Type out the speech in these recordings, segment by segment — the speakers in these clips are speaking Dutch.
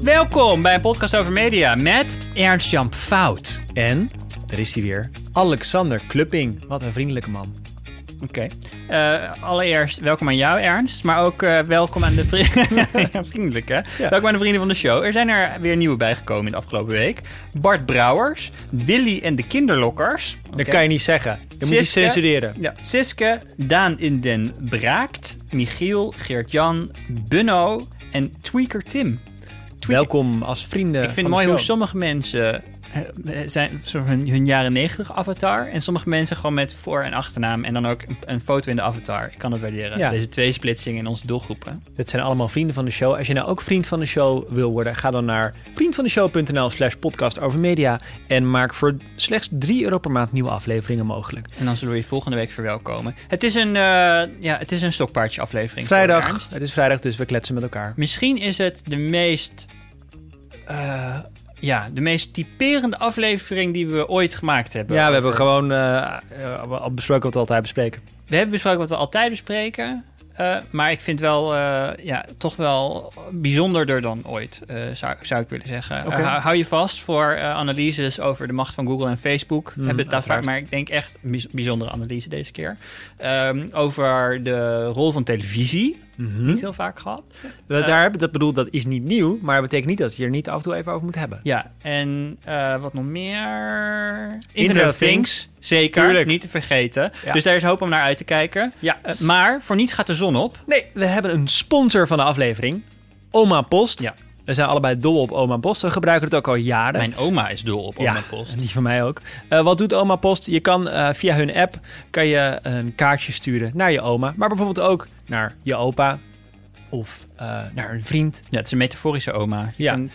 Welkom bij een podcast over media met Ernst-Jan Fout. En, daar is hij weer, Alexander Klupping. Wat een vriendelijke man. Oké. Allereerst welkom aan jou, Ernst. Maar ook welkom aan de vrienden. Ja, vriendelijk, hè? Ja. Welkom aan de vrienden van de show. Er zijn er weer nieuwe bijgekomen in de afgelopen week. Bart Brouwers, Willy en de Kinderlokkers. Dat kan je niet zeggen. Je moet je censureren. Ja. Siske, Daan in den Braakt, Michiel, Geert-Jan, Bunno en Tweaker Tim. Welkom als vrienden. Ik vind het mooi hoe sommige mensen zijn soort van hun jaren 90 avatar. En sommige mensen gewoon met voor- en achternaam. En dan ook een foto in de avatar. Ik kan het waarderen. Ja. Deze twee splitsingen in onze doelgroepen. Dit zijn allemaal vrienden van de show. Als je nou ook vriend van de show wil worden, ga dan naar vriendvandeshow.nl/podcast over media. En maak voor slechts €3 per maand nieuwe afleveringen mogelijk. En dan zullen we je volgende week verwelkomen. Het is een stokpaardje aflevering. Vrijdag. Het is vrijdag, dus we kletsen met elkaar. Misschien is het de meest typerende aflevering die we ooit gemaakt hebben. Ja, we hebben gewoon al besproken wat we altijd bespreken. We hebben besproken wat we altijd bespreken. Maar ik vind wel toch wel bijzonderder dan ooit, zou ik willen zeggen. Okay. Hou je vast voor analyses over de macht van Google en Facebook. Hebben het vaak, maar ik denk echt bijzondere analyse deze keer. Over de rol van televisie. Niet heel vaak gehad. Dat is niet nieuw, maar dat betekent niet dat je er niet af en toe even over moet hebben. Ja, en wat nog meer? Internet of Things. Zeker, Tuurlijk. niet te vergeten. Ja. Dus daar is hoop om naar uit te kijken. Ja. Maar voor niets gaat de zon op. Nee, we hebben een sponsor van de aflevering. Oma Post. Ja. We zijn allebei dol op Oma Post. We gebruiken het ook al jaren. Mijn oma is dol op Oma Post. En die van mij ook. Wat doet Oma Post? Je kan via hun app kan je een kaartje sturen naar je oma. Maar bijvoorbeeld ook naar je opa. Of naar een vriend. Ja, het is een metaforische oma.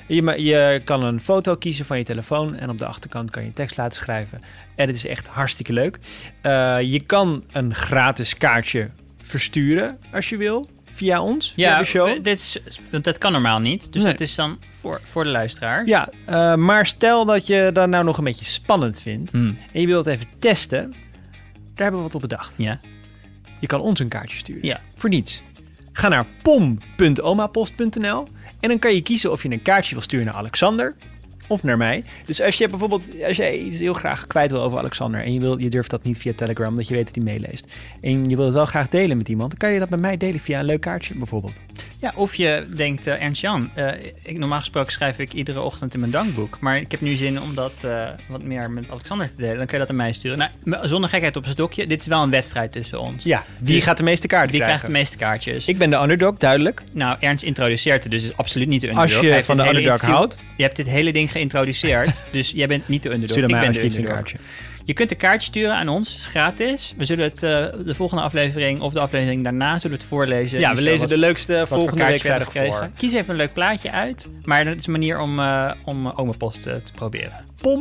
Je kan een foto kiezen van je telefoon. En op de achterkant kan je tekst laten schrijven. En het is echt hartstikke leuk. Je kan een gratis kaartje versturen als je wil. Via ons, via de show. Dat kan normaal niet. Dus dat is dan voor de luisteraar. Ja, maar stel dat je dat nou nog een beetje spannend vindt. En je wilt het even testen. Daar hebben we wat op bedacht. Ja. Je kan ons een kaartje sturen. Ja. Voor niets. Ga naar pom.omapost.nl en dan kan je kiezen of je een kaartje wil sturen naar Alexander of naar mij. Dus als jij iets heel graag kwijt wil over Alexander en je durft dat niet via Telegram, dat je weet dat hij meeleest. En je wil het wel graag delen met iemand, dan kan je dat bij mij delen via een leuk kaartje bijvoorbeeld. Ja, of je denkt, Ernst-Jan, normaal gesproken schrijf ik iedere ochtend in mijn dankboek. Maar ik heb nu zin om dat wat meer met Alexander te delen. Dan kan je dat aan mij sturen. Nou, zonder gekheid op zijn stokje, dit is wel een wedstrijd tussen ons. Ja, wie gaat de meeste kaarten Wie krijgen? krijgt de meeste kaartjes? Ik ben de underdog, duidelijk. Nou, Ernst introduceert het, dus is absoluut niet de underdog. Als je van de underdog houdt. Je hebt dit hele ding geïntroduceerd, dus jij bent niet de underdog. Stuur mij ik ben de alsjeblieft underdog. een kaartje. Je kunt een kaartje sturen aan ons, is gratis. We zullen het de volgende aflevering of de aflevering daarna zullen we het voorlezen. Ja, we lezen de leukste volgende week verder vrijdag voor. Kies even een leuk plaatje uit. Maar dat is een manier om Oma Post te proberen.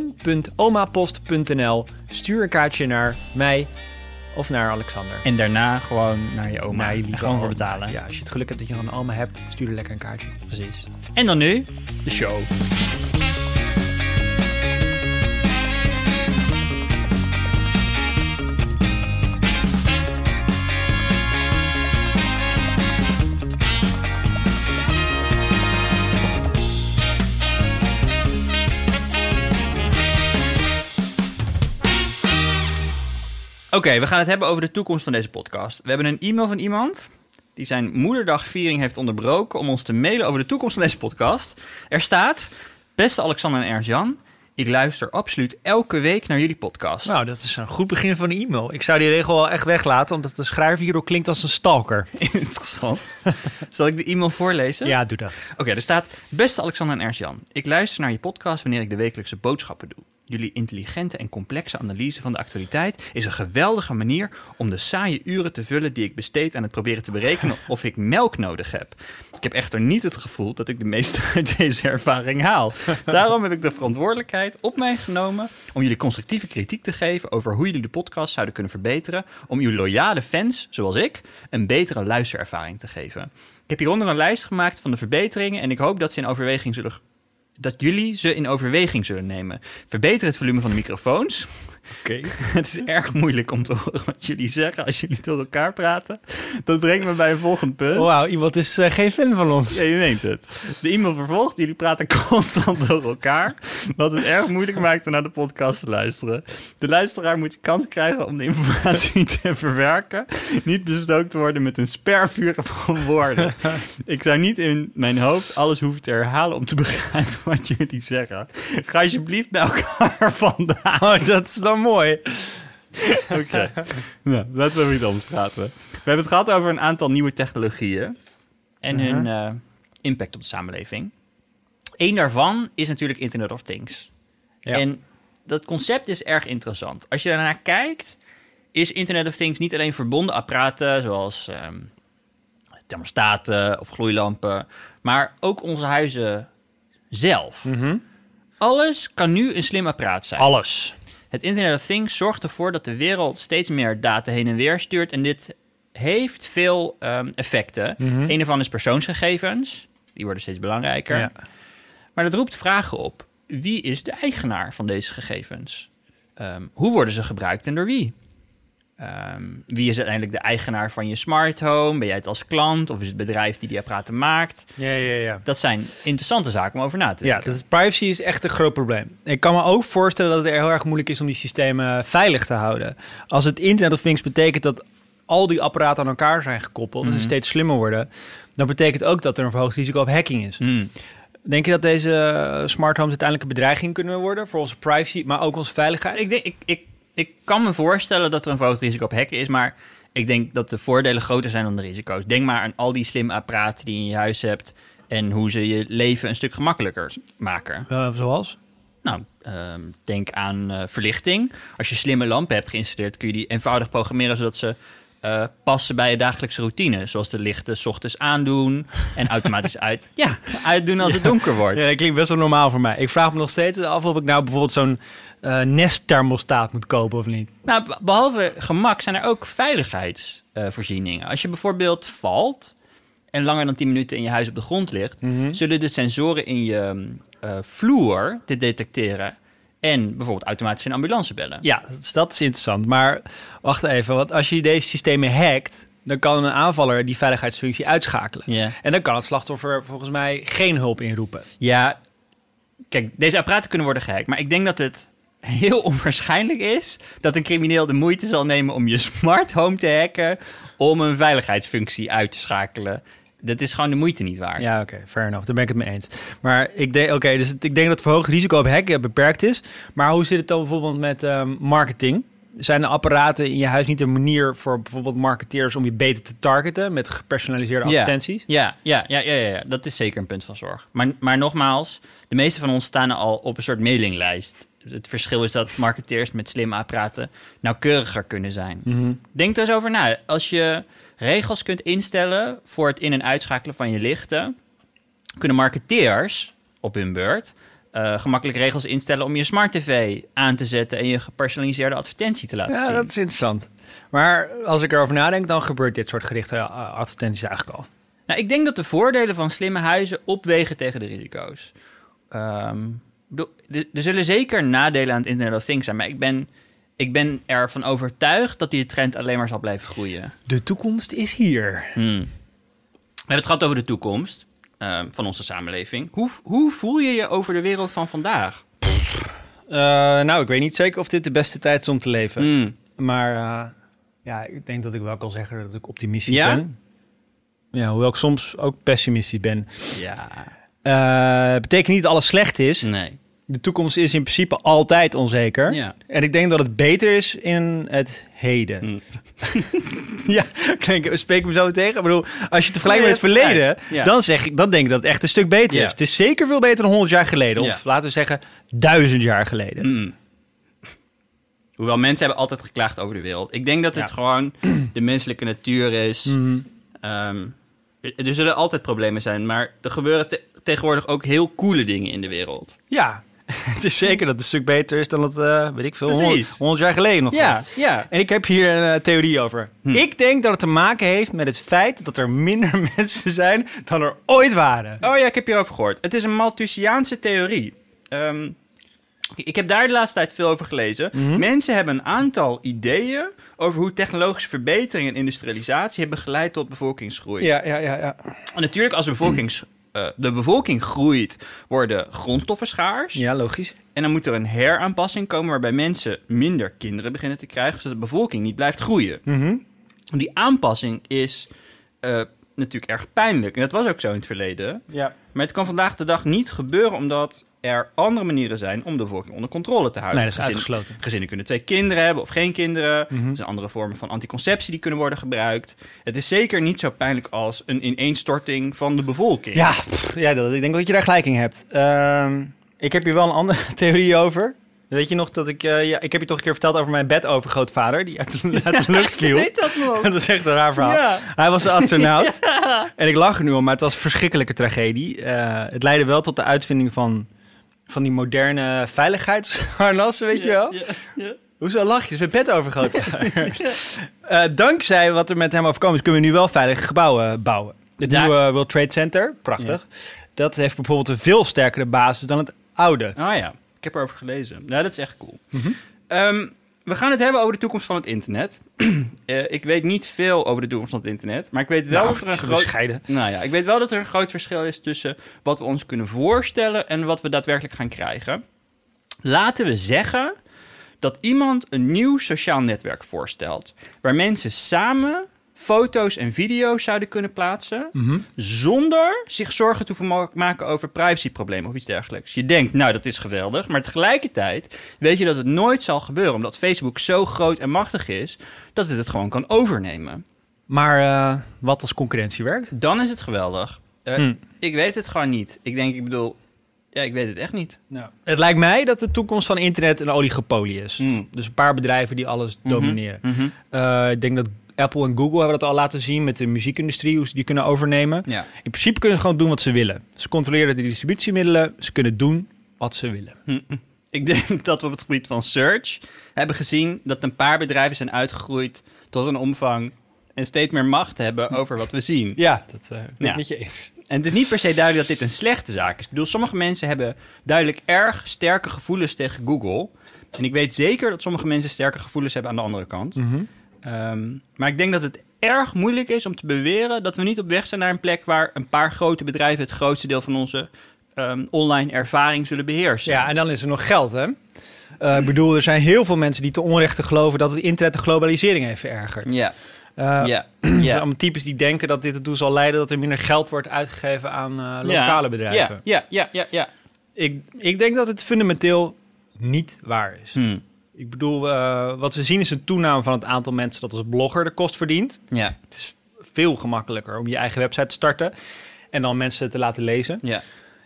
pom.omapost.nl. Stuur een kaartje naar mij of naar Alexander. En daarna gewoon naar je oma. Naar je en gewoon voor betalen. Ja, als je het geluk hebt dat je gewoon een oma hebt, stuur er lekker een kaartje. Precies. En dan nu, de show. Oké, we gaan het hebben over de toekomst van deze podcast. We hebben een e-mail van iemand die zijn moederdagviering heeft onderbroken om ons te mailen over de toekomst van deze podcast. Er staat, beste Alexander en Ernst-Jan, ik luister absoluut elke week naar jullie podcast. Nou, dat is een goed begin van een e-mail. Ik zou die regel wel echt weglaten, omdat de schrijver hierdoor klinkt als een stalker. Interessant. Zal ik de e-mail voorlezen? Ja, doe dat. Oké, er staat, beste Alexander en Ernst-Jan, ik luister naar je podcast wanneer ik de wekelijkse boodschappen doe. Jullie intelligente en complexe analyse van de actualiteit is een geweldige manier om de saaie uren te vullen die ik besteed aan het proberen te berekenen of ik melk nodig heb. Ik heb echter niet het gevoel dat ik de meeste uit deze ervaring haal. Daarom heb ik de verantwoordelijkheid op mij genomen om jullie constructieve kritiek te geven over hoe jullie de podcast zouden kunnen verbeteren om uw loyale fans, zoals ik, een betere luisterervaring te geven. Ik heb hieronder een lijst gemaakt van de verbeteringen en ik hoop dat jullie ze in overweging zullen nemen. Verbeter het volume van de microfoons. Oké. Het is erg moeilijk om te horen wat jullie zeggen als jullie door elkaar praten. Dat brengt me bij een volgend punt. Wauw, iemand is geen fan van ons. Ja, je meent het. De e-mail vervolgt, jullie praten constant door elkaar, wat het erg moeilijk maakt om naar de podcast te luisteren. De luisteraar moet de kans krijgen om de informatie te verwerken, niet bestookt te worden met een spervuur van woorden. Ik zou niet in mijn hoofd alles hoeven te herhalen om te begrijpen wat jullie zeggen. Ga alsjeblieft bij elkaar vandaan. Oh, dat is dan mooi. Oké. Nou, laten we over iets anders praten. We hebben het gehad over een aantal nieuwe technologieën en hun impact op de samenleving. Eén daarvan is natuurlijk Internet of Things. Ja. En dat concept is erg interessant. Als je daarnaar kijkt, is Internet of Things niet alleen verbonden apparaten zoals thermostaten of gloeilampen, maar ook onze huizen zelf. Alles kan nu een slim apparaat zijn. Alles. Het Internet of Things zorgt ervoor dat de wereld steeds meer data heen en weer stuurt. En dit heeft veel effecten. Een ervan is persoonsgegevens. Die worden steeds belangrijker. Ja. Maar dat roept vragen op. Wie is de eigenaar van deze gegevens? Hoe worden ze gebruikt en door wie? Wie is uiteindelijk de eigenaar van je smart home? Ben jij het als klant of is het bedrijf die apparaten maakt? Ja. Dat zijn interessante zaken om over na te denken. Ja, privacy is echt een groot probleem. Ik kan me ook voorstellen dat het heel erg moeilijk is om die systemen veilig te houden. Als het Internet of Things betekent dat al die apparaten aan elkaar zijn gekoppeld en ze steeds slimmer worden, dan betekent ook dat er een verhoogd risico op hacking is. Denk je dat deze smart homes uiteindelijk een bedreiging kunnen worden voor onze privacy, maar ook onze veiligheid? Ik kan me voorstellen dat er een verhoogd risico op hacken is, maar ik denk dat de voordelen groter zijn dan de risico's. Denk maar aan al die slimme apparaten die je in je huis hebt en hoe ze je leven een stuk gemakkelijker maken. Zoals? Nou, denk aan verlichting. Als je slimme lampen hebt geïnstalleerd, kun je die eenvoudig programmeren zodat ze passen bij je dagelijkse routine. Zoals de lichten 's ochtends aandoen en automatisch uitdoen als het donker wordt. Ja, dat klinkt best wel normaal voor mij. Ik vraag me nog steeds af of ik nou bijvoorbeeld zo'n Nest-thermostaat moet kopen of niet. Nou, behalve gemak zijn er ook veiligheidsvoorzieningen. Als je bijvoorbeeld valt en langer dan 10 minuten in je huis op de grond ligt, zullen de sensoren in je vloer dit detecteren en bijvoorbeeld automatisch een ambulance bellen. Ja, dat is interessant. Maar wacht even, want als je deze systemen hackt, dan kan een aanvaller die veiligheidsfunctie uitschakelen. Ja. En dan kan het slachtoffer volgens mij geen hulp inroepen. Ja, kijk, deze apparaten kunnen worden gehackt, maar ik denk dat het heel onwaarschijnlijk is dat een crimineel de moeite zal nemen om je smart home te hacken om een veiligheidsfunctie uit te schakelen. Dat is gewoon de moeite niet waard. Ja, oké, fair enough. Daar ben ik het mee eens. Maar ik denk, dus ik denk dat het verhoogd risico op hacken beperkt is. Maar hoe zit het dan bijvoorbeeld met marketing? Zijn de apparaten in je huis niet een manier voor bijvoorbeeld marketeers om je beter te targeten met gepersonaliseerde advertenties? Ja. Dat is zeker een punt van zorg. Maar nogmaals, de meeste van ons staan al op een soort mailinglijst. Het verschil is dat marketeers met slimme apparaten nauwkeuriger kunnen zijn. Denk er eens over na. Als je regels kunt instellen voor het in- en uitschakelen van je lichten, kunnen marketeers op hun beurt gemakkelijk regels instellen om je smart tv aan te zetten en je gepersonaliseerde advertentie te laten zien. Ja, dat is interessant. Maar als ik erover nadenk, dan gebeurt dit soort gerichte advertenties eigenlijk al. Nou, ik denk dat de voordelen van slimme huizen opwegen tegen de risico's. Er zullen zeker nadelen aan het Internet of Things zijn, maar ik ben ervan overtuigd dat die trend alleen maar zal blijven groeien. De toekomst is hier. We hebben het gehad over de toekomst van onze samenleving. Hoe voel je je over de wereld van vandaag? Nou, ik weet niet zeker of dit de beste tijd is om te leven. Maar ik denk dat ik wel kan zeggen dat ik optimistisch ben. Ja, hoewel ik soms ook pessimistisch ben. Ja. Betekent niet dat alles slecht is. Nee. De toekomst is in principe altijd onzeker. Ja. En ik denk dat het beter is in het heden. Ja, spreek ik me zo tegen? Ik bedoel, als je het vergelijkt met het verleden, dan denk ik dat het echt een stuk beter is. Het is zeker veel beter dan 100 jaar geleden. Of laten we zeggen 1000 jaar geleden. Hoewel mensen hebben altijd geklaagd over de wereld. Ik denk dat het gewoon de menselijke natuur is. Er zullen altijd problemen zijn, maar er gebeuren tegenwoordig ook heel coole dingen in de wereld. Ja, het is zeker dat het een stuk beter is dan het, weet ik veel, 100 jaar geleden nog. Ja. En ik heb hier een theorie over. Ik denk dat het te maken heeft met het feit dat er minder mensen zijn dan er ooit waren. Oh ja, ik heb hierover gehoord. Het is een Malthusiaanse theorie. Ik heb daar de laatste tijd veel over gelezen. Mensen hebben een aantal ideeën over hoe technologische verbetering en industrialisatie hebben geleid tot bevolkingsgroei. Ja. En natuurlijk, als de bevolking groeit, worden grondstoffen schaars. Ja, logisch. En dan moet er een heraanpassing komen waarbij mensen minder kinderen beginnen te krijgen, zodat de bevolking niet blijft groeien. Die aanpassing is natuurlijk erg pijnlijk. En dat was ook zo in het verleden. Ja. Maar het kan vandaag de dag niet gebeuren omdat er andere manieren zijn om de bevolking onder controle te houden. Nee, dat is uitgesloten. Gezinnen kunnen 2 kinderen hebben of geen kinderen. Er zijn andere vormen van anticonceptie die kunnen worden gebruikt. Het is zeker niet zo pijnlijk als een ineenstorting van de bevolking. Ja, ik denk dat je daar gelijk in hebt. Ik heb hier wel een andere theorie over. Weet je nog dat ik heb je toch een keer verteld over mijn bedovergrootvader die uit de lucht viel? Ik weet dat nog. Dat is echt een raar verhaal. Ja. Hij was een astronaut. En ik lach er nu om, maar het was een verschrikkelijke tragedie. Het leidde wel tot de uitvinding van die moderne veiligheidsharnassen, weet je wel? Ja. Hoezo lach je? Het is mijn bedovergrootvader. Dankzij wat er met hem overkomen is, kunnen we nu wel veilige gebouwen bouwen. Het nieuwe World Trade Center, prachtig. Ja. Dat heeft bijvoorbeeld een veel sterkere basis dan het oude. Ah ja. Ik heb erover gelezen. Nou, dat is echt cool. We gaan het hebben over de toekomst van het internet. Ik weet niet veel over de toekomst van het internet, maar ik weet wel dat er ik weet wel dat er een groot verschil is tussen wat we ons kunnen voorstellen en wat we daadwerkelijk gaan krijgen. Laten we zeggen dat iemand een nieuw sociaal netwerk voorstelt, waar mensen samen foto's en video's zouden kunnen plaatsen, zonder zich zorgen te hoeven maken over privacyproblemen of iets dergelijks. Je denkt, nou, dat is geweldig, maar tegelijkertijd weet je dat het nooit zal gebeuren, omdat Facebook zo groot en machtig is, dat het gewoon kan overnemen. Maar wat als concurrentie werkt? Dan is het geweldig. Ik weet het gewoon niet. Ik weet het echt niet. Nou, het lijkt mij dat de toekomst van internet een oligopolie is. Dus een paar bedrijven die alles domineren. Ik denk dat Apple en Google hebben dat al laten zien met de muziekindustrie, hoe ze die kunnen overnemen. Ja. In principe kunnen ze gewoon doen wat ze willen. Ze controleren de distributiemiddelen, ze kunnen doen wat ze willen. Ik denk dat we op het gebied van search hebben gezien dat een paar bedrijven zijn uitgegroeid tot een omvang en steeds meer macht hebben over wat we zien. Ja, dat ben ik met je eens. En het is niet per se duidelijk dat dit een slechte zaak is. Ik bedoel, sommige mensen hebben duidelijk erg sterke gevoelens tegen Google. En ik weet zeker dat sommige mensen sterke gevoelens hebben aan de andere kant. Maar ik denk dat het erg moeilijk is om te beweren dat we niet op weg zijn naar een plek waar een paar grote bedrijven het grootste deel van onze online ervaring zullen beheersen. Ja, en dan is er nog geld, hè? Ik bedoel, er zijn heel veel mensen die te onrechte geloven dat het internet de globalisering heeft verergerd. Ja. Er zijn allemaal types die denken dat dit ertoe zal leiden dat er minder geld wordt uitgegeven aan lokale bedrijven. Ja. Ik denk dat het fundamenteel niet waar is. Ik bedoel, wat we zien is een toename van het aantal mensen dat als blogger de kost verdient. Ja. Het is veel gemakkelijker om je eigen website te starten en dan mensen te laten lezen. Ja.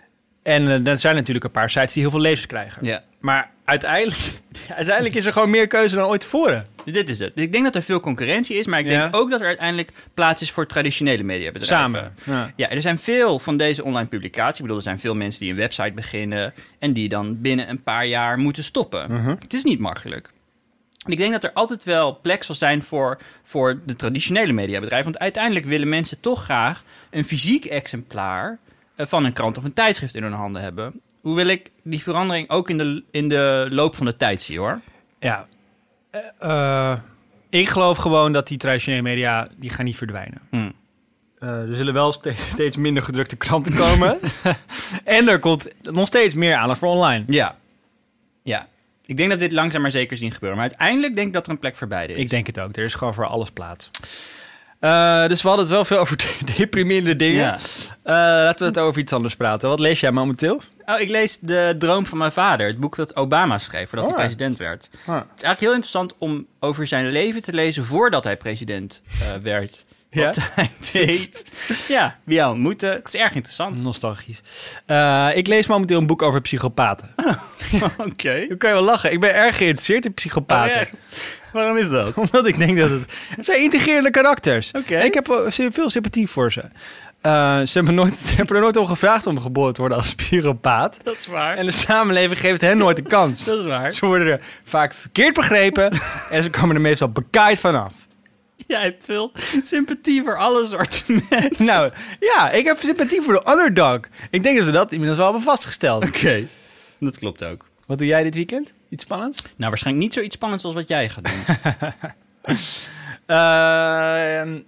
En er zijn natuurlijk een paar sites die heel veel lezers krijgen. Ja. Maar uiteindelijk is er gewoon meer keuze dan ooit tevoren. Dit is het. Ik denk dat er veel concurrentie is, maar ik denk ook dat er uiteindelijk plaats is voor traditionele mediabedrijven. Samen. Ja, er zijn veel van deze online publicaties. Ik bedoel, er zijn veel mensen die een website beginnen en die dan binnen een paar jaar moeten stoppen. Het is niet makkelijk. En ik denk dat er altijd wel plek zal zijn voor de traditionele mediabedrijven. Want uiteindelijk willen mensen toch graag een fysiek exemplaar van een krant of een tijdschrift in hun handen hebben. Hoewel ik die verandering ook in de loop van de tijd zie, hoor. Ja. Ik geloof gewoon dat die traditionele media, die gaan niet verdwijnen. Er zullen wel steeds minder gedrukte kranten komen. En er komt nog steeds meer aandacht voor online. Ja. Ik denk dat dit langzaam maar zeker zien gebeuren. Maar uiteindelijk denk ik dat er een plek voor beide is. Ik denk het ook. Er is gewoon voor alles plaats. Dus we hadden het wel veel over deprimerende dingen. Laten we het over iets anders praten. Wat lees jij momenteel? Ik lees De Droom van mijn vader. Het boek dat Obama schreef voordat hij president werd. Het is eigenlijk heel interessant om over zijn leven te lezen voordat hij president werd. Wat hij deed. Wie hij ontmoette. Het is erg interessant. Nostalgisch. Ik lees momenteel een boek over psychopaten. Oké. Hoe kan je wel lachen? Ik ben erg geïnteresseerd in psychopaten. Waarom is dat? Omdat ik denk dat het zijn integreerde karakters. Okay. Ik heb veel sympathie voor ze. Ze hebben er nooit om gevraagd om geboren te worden als psychopaat. Dat is waar. En de samenleving geeft hen nooit de kans. Dat is waar. Ze worden er vaak verkeerd begrepen en ze komen er meestal bekaaid vanaf. Jij hebt veel sympathie voor alle soorten mensen. Nou, ja, ik heb sympathie voor de underdog. Ik denk dat ze dat inmiddels wel hebben vastgesteld. Oké. Dat klopt ook. Wat doe jij dit weekend? Iets spannends? Nou, waarschijnlijk niet zoiets spannends als wat jij gaat doen.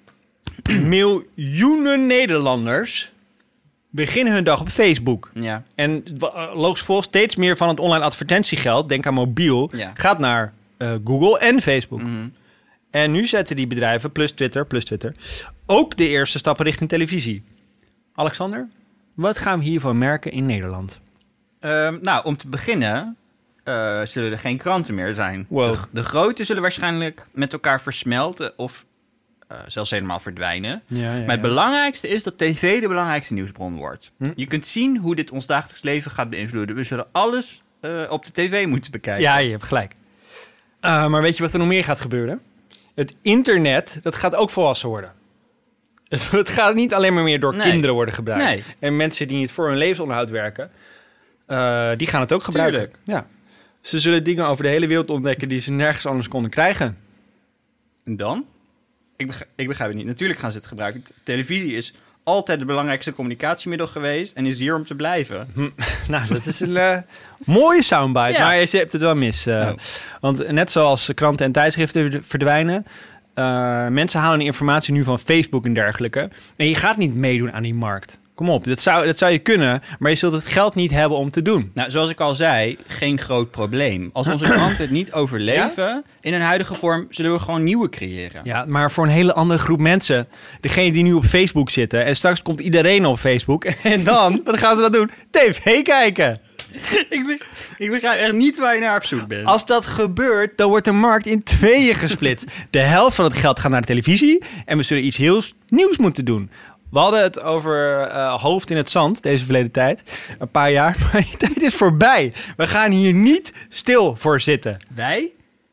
Miljoenen Nederlanders beginnen hun dag op Facebook. Ja. En logisch volgens steeds meer van het online advertentiegeld, denk aan mobiel, gaat naar Google en Facebook. Mm-hmm. En nu zetten die bedrijven, plus Twitter, ook de eerste stappen richting televisie. Alexander, wat gaan we hiervan merken in Nederland? Nou, om te beginnen zullen er geen kranten meer zijn. Wow. De grote zullen waarschijnlijk met elkaar versmelten of zelfs helemaal verdwijnen. Maar het belangrijkste is dat tv de belangrijkste nieuwsbron wordt. Je kunt zien hoe dit ons dagelijks leven gaat beïnvloeden. We zullen alles op de tv moeten bekijken. Ja, je hebt gelijk. Maar weet je wat er nog meer gaat gebeuren? Het internet, dat gaat ook volwassen worden. Het gaat niet alleen maar meer door kinderen worden gebruikt. Nee. En mensen die niet voor hun levensonderhoud werken, die gaan het ook gebruiken. Tuurlijk. Ja. Ze zullen dingen over de hele wereld ontdekken die ze nergens anders konden krijgen. En dan? Ik begrijp het niet. Natuurlijk gaan ze het gebruiken. Televisie is altijd het belangrijkste communicatiemiddel geweest en is hier om te blijven. Nou, dat is een mooie soundbite, Ja. maar je hebt het wel mis. Want net zoals kranten en tijdschriften verdwijnen, mensen halen die informatie nu van Facebook en dergelijke. En je gaat niet meedoen aan die markt. Kom op, dat zou je kunnen, maar je zult het geld niet hebben om te doen. Nou, zoals ik al zei, geen groot probleem. Als onze kranten het niet overleven in hun huidige vorm, zullen we gewoon nieuwe creëren. Ja, maar voor een hele andere groep mensen. Degene die nu op Facebook zitten. En straks komt iedereen op Facebook. En dan, wat gaan ze dan doen? TV kijken. Ik begrijp echt niet waar je naar op zoek bent. Als dat gebeurt, dan wordt de markt in tweeën gesplitst. De helft van het geld gaat naar de televisie. En we zullen iets heel nieuws moeten doen. We hadden het over hoofd in het zand, deze verleden tijd. Een paar jaar, maar die tijd is voorbij. We gaan hier niet stil voor zitten. Wij?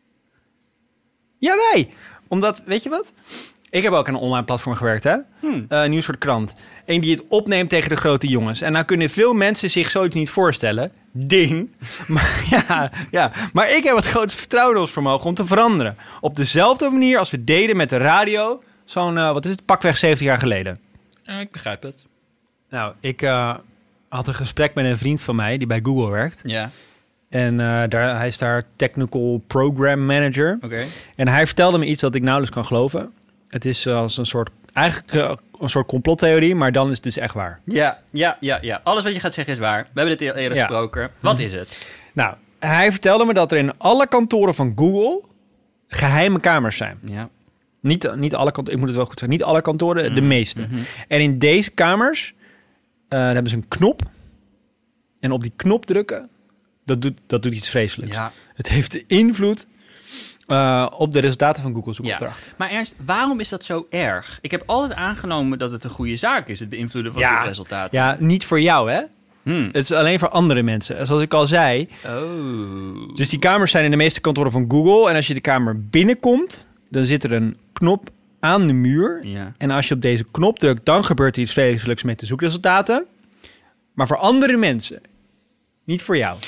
Ja, wij. Omdat, weet je wat? Ik heb ook aan een online platform gewerkt, hè? Een nieuw soort krant. Eén die het opneemt tegen de grote jongens. En nou kunnen veel mensen zich zoiets niet voorstellen. Ding. Maar ja. Maar ik heb het grootste vertrouwen in ons vermogen om te veranderen. Op dezelfde manier als we deden met de radio. Zo'n, pakweg 70 jaar geleden. Ik begrijp het. Nou, ik had een gesprek met een vriend van mij die bij Google werkt. Ja. En hij is daar Technical Program Manager. Oké. En hij vertelde me iets dat ik nauwelijks kan geloven. Het is als een soort complottheorie, maar dan is het dus echt waar. Ja. Alles wat je gaat zeggen is waar. We hebben dit eerder gesproken. Wat is het? Nou, hij vertelde me dat er in alle kantoren van Google geheime kamers zijn. Ja. Niet alle kantoren, ik moet het wel goed zeggen. Niet alle kantoren, de meeste. Mm-hmm. En in deze kamers hebben ze een knop. En op die knop drukken, dat doet iets vreselijks. Ja. Het heeft de invloed op de resultaten van Google zoekopdrachten. Ja. Maar Ernst, waarom is dat zo erg? Ik heb altijd aangenomen dat het een goede zaak is, het beïnvloeden van zoekresultaten. Ja, niet voor jou, hè? Het is alleen voor andere mensen. Zoals ik al zei. Oh. Dus die kamers zijn in de meeste kantoren van Google. En als je de kamer binnenkomt, dan zit er een knop aan de muur. Ja. En als je op deze knop drukt, dan gebeurt er iets vreselijks met de zoekresultaten. Maar voor andere mensen. Niet voor jou.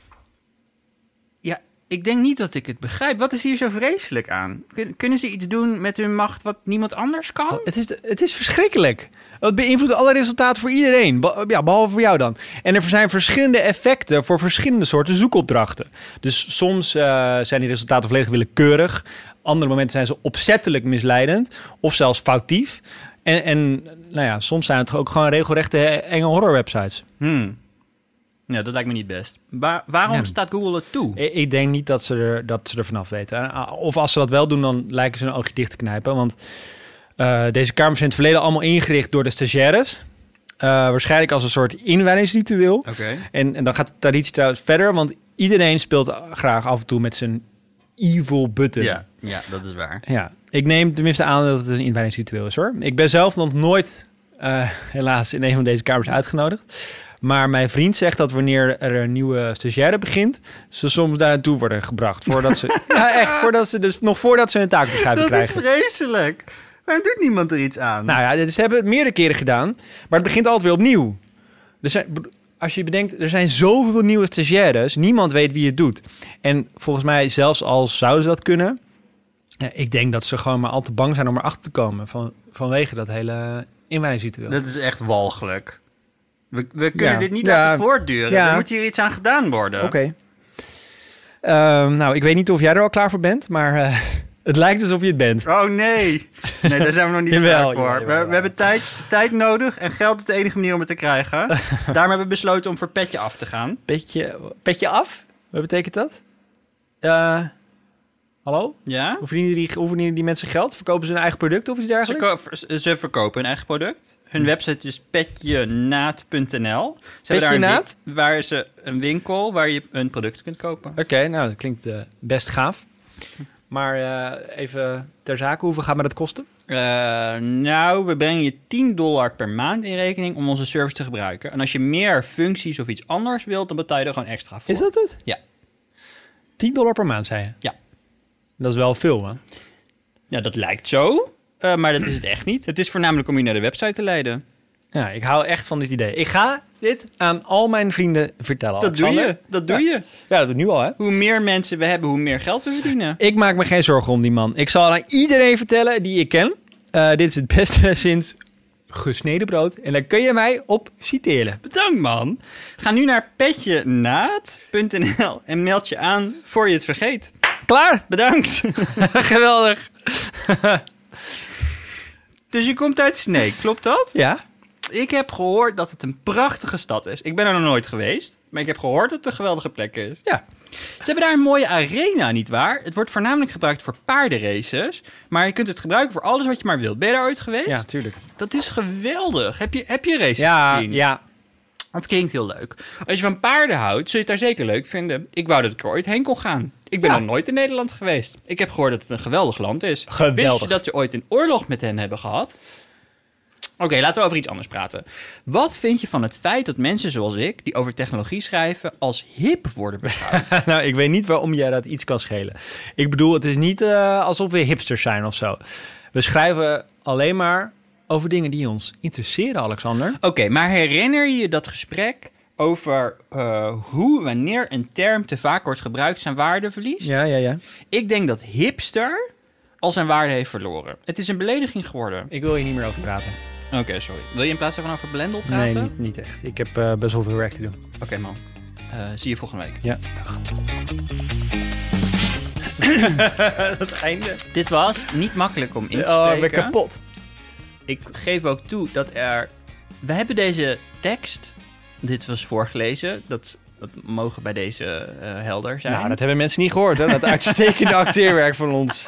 Ja, ik denk niet dat ik het begrijp. Wat is hier zo vreselijk aan? Kunnen ze iets doen met hun macht wat niemand anders kan? Het is verschrikkelijk. Het beïnvloedt alle resultaten voor iedereen. Behalve voor jou dan. En er zijn verschillende effecten voor verschillende soorten zoekopdrachten. Dus soms zijn die resultaten volledig willekeurig. Andere momenten zijn ze opzettelijk misleidend. Of zelfs foutief. En nou ja, soms zijn het ook gewoon regelrechte enge horrorwebsites. Ja, dat lijkt me niet best. Waarom staat Google het toe? Ik denk niet dat ze er vanaf weten. Of als ze dat wel doen, dan lijken ze een oogje dicht te knijpen. Want deze kamers zijn in het verleden allemaal ingericht door de stagiaires. Waarschijnlijk als een soort inwijdingsritueel. Okay. En dan gaat de traditie trouwens verder. Want iedereen speelt graag af en toe met zijn evil button. Ja, dat is waar. Ja, ik neem tenminste aan dat het een inwijdingsritueel is, hoor. Ik ben zelf nog nooit, helaas, in een van deze kamers uitgenodigd. Maar mijn vriend zegt dat wanneer er een nieuwe stagiaire begint, ze soms daar naartoe worden gebracht. Voordat ze, voordat ze hun taakbeschrijving krijgen. Dat is vreselijk. Waarom doet niemand er iets aan? Nou ja, ze hebben het meerdere keren gedaan, maar het begint altijd weer opnieuw. Dus als je bedenkt, er zijn zoveel nieuwe stagiaires, niemand weet wie het doet. En volgens mij, zelfs als zouden ze dat kunnen, ik denk dat ze gewoon maar al te bang zijn om erachter te komen vanwege dat hele inwijdingsritueel. Dat is echt walgelijk. We kunnen dit niet laten voortduren. Er moet hier iets aan gedaan worden. Oké. Nou, ik weet niet of jij er al klaar voor bent, maar het lijkt alsof je het bent. Oh nee. Nee, daar zijn we nog niet klaar voor. Jawel. We hebben tijd nodig en geld is de enige manier om het te krijgen. Daarom hebben we besloten om voor Petje Af te gaan. Petje af? Wat betekent dat? Hallo? Ja? Hoe verdienen die mensen geld? Verkopen ze hun eigen product of iets dergelijks? Ze verkopen hun eigen product. Hun website is petjenaat.nl. Petjenaat? Waar is een winkel waar je een product kunt kopen. Oké, nou, dat klinkt best gaaf. Maar even ter zake, hoeveel gaat me dat kosten? Nou, we brengen je $10 per maand in rekening om onze service te gebruiken. En als je meer functies of iets anders wilt, dan betaal je er gewoon extra voor. Is dat het? Ja. $10 per maand, zei je? Ja. Dat is wel veel, man. Ja, dat lijkt zo, maar dat is het echt niet. Het is voornamelijk om je naar de website te leiden. Ja, ik hou echt van dit idee. Ik ga dit aan al mijn vrienden vertellen. Dat doe je. Dat doe je. Ja, dat doe ik nu al, hè? Hoe meer mensen we hebben, hoe meer geld we verdienen. Ik maak me geen zorgen om die man. Ik zal aan iedereen vertellen die ik ken. Dit is het beste sinds gesneden brood. En daar kun je mij op citeren. Bedankt, man. Ga nu naar petjenaat.nl en meld je aan voor je het vergeet. Klaar? Bedankt. Geweldig. Dus je komt uit Sneek, klopt dat? Ja. Ik heb gehoord dat het een prachtige stad is. Ik ben er nog nooit geweest, maar ik heb gehoord dat het een geweldige plek is. Ja. Ze hebben daar een mooie arena, nietwaar? Het wordt voornamelijk gebruikt voor paardenraces, maar je kunt het gebruiken voor alles wat je maar wilt. Ben je daar ooit geweest? Ja, tuurlijk. Dat is geweldig. Heb je races gezien? Ja. Dat klinkt heel leuk. Als je van paarden houdt, zul je het daar zeker leuk vinden. Ik wou dat ik er ooit heen kon gaan. Ik ben nog nooit in Nederland geweest. Ik heb gehoord dat het een geweldig land is. Geweldig. Wist je dat je ooit een oorlog met hen hebben gehad? Oké, laten we over iets anders praten. Wat vind je van het feit dat mensen zoals ik, die over technologie schrijven, als hip worden beschouwd? Nou, ik weet niet waarom jij dat iets kan schelen. Ik bedoel, het is niet alsof we hipsters zijn of zo. We schrijven alleen maar over dingen die ons interesseren, Alexander. Oké, maar herinner je je dat gesprek over wanneer een term te vaak wordt gebruikt zijn waarde verliest? Ja. Ik denk dat hipster al zijn waarde heeft verloren. Het is een belediging geworden. Ik wil hier niet meer over praten. Oké, sorry. Wil je in plaats daarvan over Blendel praten? Nee, niet echt. Ik heb best wel veel werk te doen. Oké, man. Zie je volgende week. Ja. Dat einde. Dit was niet makkelijk om in te spreken. Oh, ik ben kapot. Ik geef ook toe dat we hebben deze tekst. Dit was voorgelezen. Dat mogen bij deze helder zijn. Nou, dat hebben mensen niet gehoord, hè? Dat uitstekende acteerwerk van ons.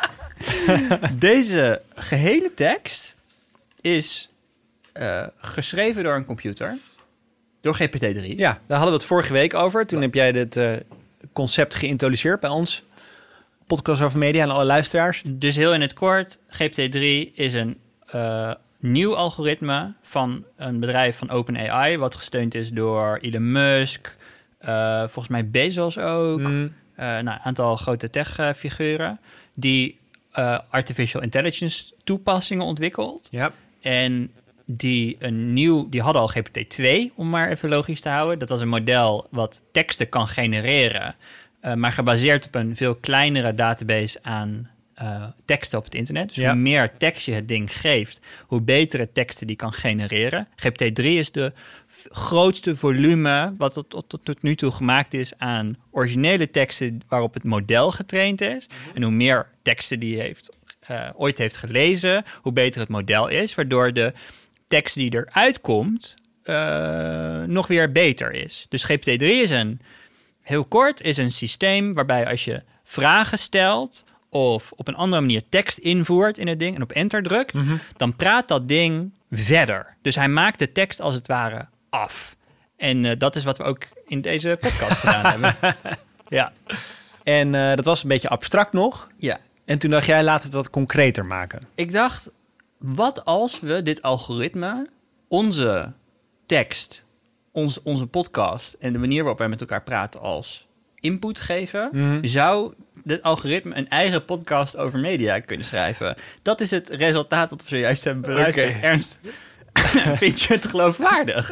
Deze gehele tekst is geschreven door een computer. Door GPT-3. Ja, daar hadden we het vorige week over. Toen heb jij dit concept geïntroduceerd bij ons. Podcast over media en alle luisteraars. Dus heel in het kort, GPT-3 is een nieuw algoritme van een bedrijf van OpenAI, wat gesteund is door Elon Musk, volgens mij Bezos ook, een aantal grote tech-figuren, die artificial intelligence toepassingen ontwikkeld. Ja. En die hadden al GPT-2, om maar even logisch te houden. Dat was een model wat teksten kan genereren, maar gebaseerd op een veel kleinere database aan teksten op het internet. Dus hoe meer tekst je het ding geeft, hoe betere teksten die kan genereren. GPT-3 is de grootste volume wat tot nu toe gemaakt is aan originele teksten waarop het model getraind is. En hoe meer teksten die ooit heeft gelezen, hoe beter het model is, waardoor de tekst die eruit komt nog weer beter is. Dus GPT-3 is heel kort, is een systeem waarbij als je vragen stelt of op een andere manier tekst invoert in het ding en op enter drukt, dan praat dat ding verder. Dus hij maakt de tekst als het ware af. En dat is wat we ook in deze podcast gedaan hebben. Ja. En dat was een beetje abstract nog. Ja. En toen dacht jij, laten we het wat concreter maken. Ik dacht, wat als we dit algoritme, onze tekst, onze podcast en de manier waarop wij met elkaar praten als input geven, zou dit algoritme een eigen podcast over media kunnen schrijven. Dat is het resultaat dat we zojuist hebben beluisterd. Okay. Ernst, vind je het geloofwaardig?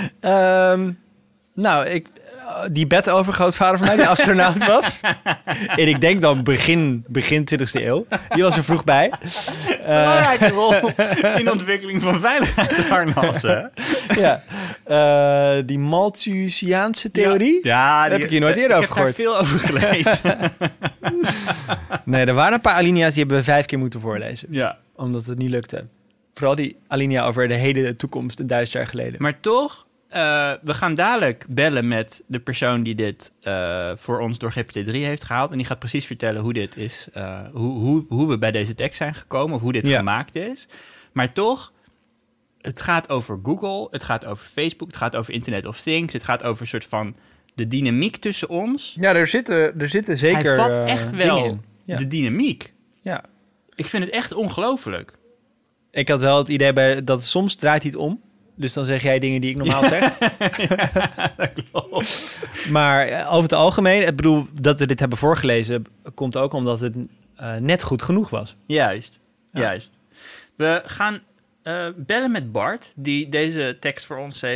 Die bedovergrootvader van mij, die astronaut was. En ik denk dan begin 20e eeuw. Die was er vroeg bij. belangrijke rol in de ontwikkeling van veiligheidsharnassen. Die Malthusiaanse theorie? Ja, daar heb ik hier nooit eerder over gehoord. Ik heb daar veel over gelezen. Nee, er waren een paar alinea's die hebben we 5 keer moeten voorlezen. Ja. Omdat het niet lukte. Vooral die alinea over de heden toekomst, 1000 jaar geleden. Maar toch, we gaan dadelijk bellen met de persoon die dit voor ons door GPT-3 heeft gehaald. En die gaat precies vertellen hoe dit is, hoe we bij deze tekst zijn gekomen of hoe dit gemaakt is. Maar toch, het gaat over Google, het gaat over Facebook, het gaat over Internet of Things. Het gaat over een soort van de dynamiek tussen ons. Ja, er zitten zeker Hij vat echt wel dingen in. Ja. de dynamiek. Ja. Ik vind het echt ongelooflijk. Ik had wel het idee bij dat soms draait hij het om. Dus dan zeg jij dingen die ik normaal zeg. Ja, dat klopt. Maar over het algemeen, ik bedoel, dat we dit hebben voorgelezen, komt ook omdat het net goed genoeg was. Juist. We gaan bellen met Bart, die deze tekst voor ons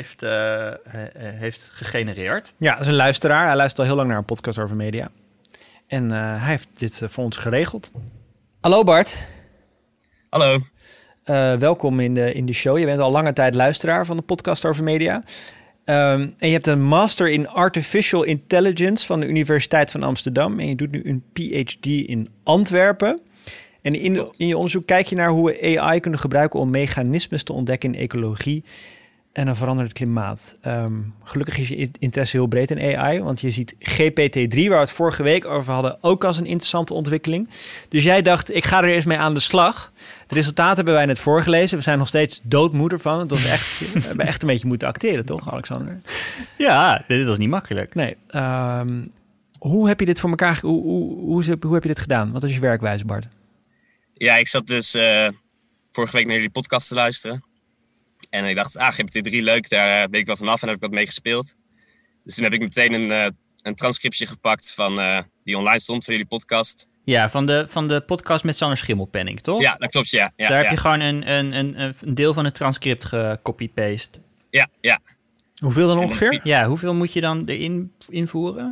heeft gegenereerd. Ja, dat is een luisteraar. Hij luistert al heel lang naar een podcast over media. En hij heeft dit voor ons geregeld. Hallo Bart. Hallo. Welkom in de show. Je bent al lange tijd luisteraar van de podcast over media. En je hebt een master in Artificial Intelligence van de Universiteit van Amsterdam. En je doet nu een PhD in Antwerpen. En in je onderzoek kijk je naar hoe we AI kunnen gebruiken om mechanismes te ontdekken in ecologie en een veranderd klimaat. Gelukkig is je interesse heel breed in AI, want je ziet GPT-3, waar we het vorige week over hadden, ook als een interessante ontwikkeling. Dus jij dacht, ik ga er eerst mee aan de slag. Het resultaat hebben wij net voorgelezen. We zijn nog steeds doodmoe ervan. Het was echt, we hebben echt een beetje moeten acteren, toch, Alexander? Ja, dit was niet makkelijk. Nee. Hoe heb je dit voor elkaar? Hoe heb je dit gedaan? Wat is je werkwijze, Bart? Ja, ik zat dus vorige week naar jullie podcast te luisteren. En ik dacht, GPT-3 leuk, daar ben ik wel vanaf en heb ik wat mee gespeeld. Dus toen heb ik meteen een transcriptje gepakt van die online stond van jullie podcast. Ja, van de podcast met Sander Schimmelpenninck, toch? Ja, dat klopt, ja. Daar heb je gewoon een deel van het transcript gecopy-paste. Ja. Hoeveel dan ongeveer? Ja, hoeveel moet je dan erin invoeren?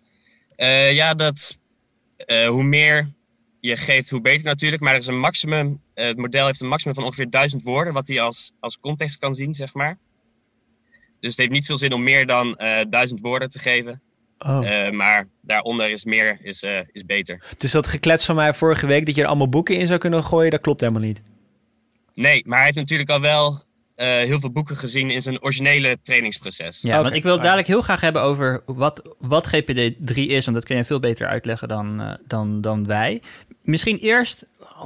Hoe meer je geeft, hoe beter natuurlijk. Maar er is een maximum. Het model heeft een maximum van ongeveer 1000 woorden, wat hij als context kan zien, zeg maar. Dus het heeft niet veel zin om meer dan 1000 woorden te geven. Oh. Maar daaronder is meer is beter. Dus dat geklets van mij vorige week dat je er allemaal boeken in zou kunnen gooien, dat klopt helemaal niet. Nee, maar hij heeft natuurlijk al wel heel veel boeken gezien in zijn originele trainingsproces. Ja, want ik wil het dadelijk heel graag hebben over wat GPT-3 is, want dat kun je veel beter uitleggen dan wij. Misschien eerst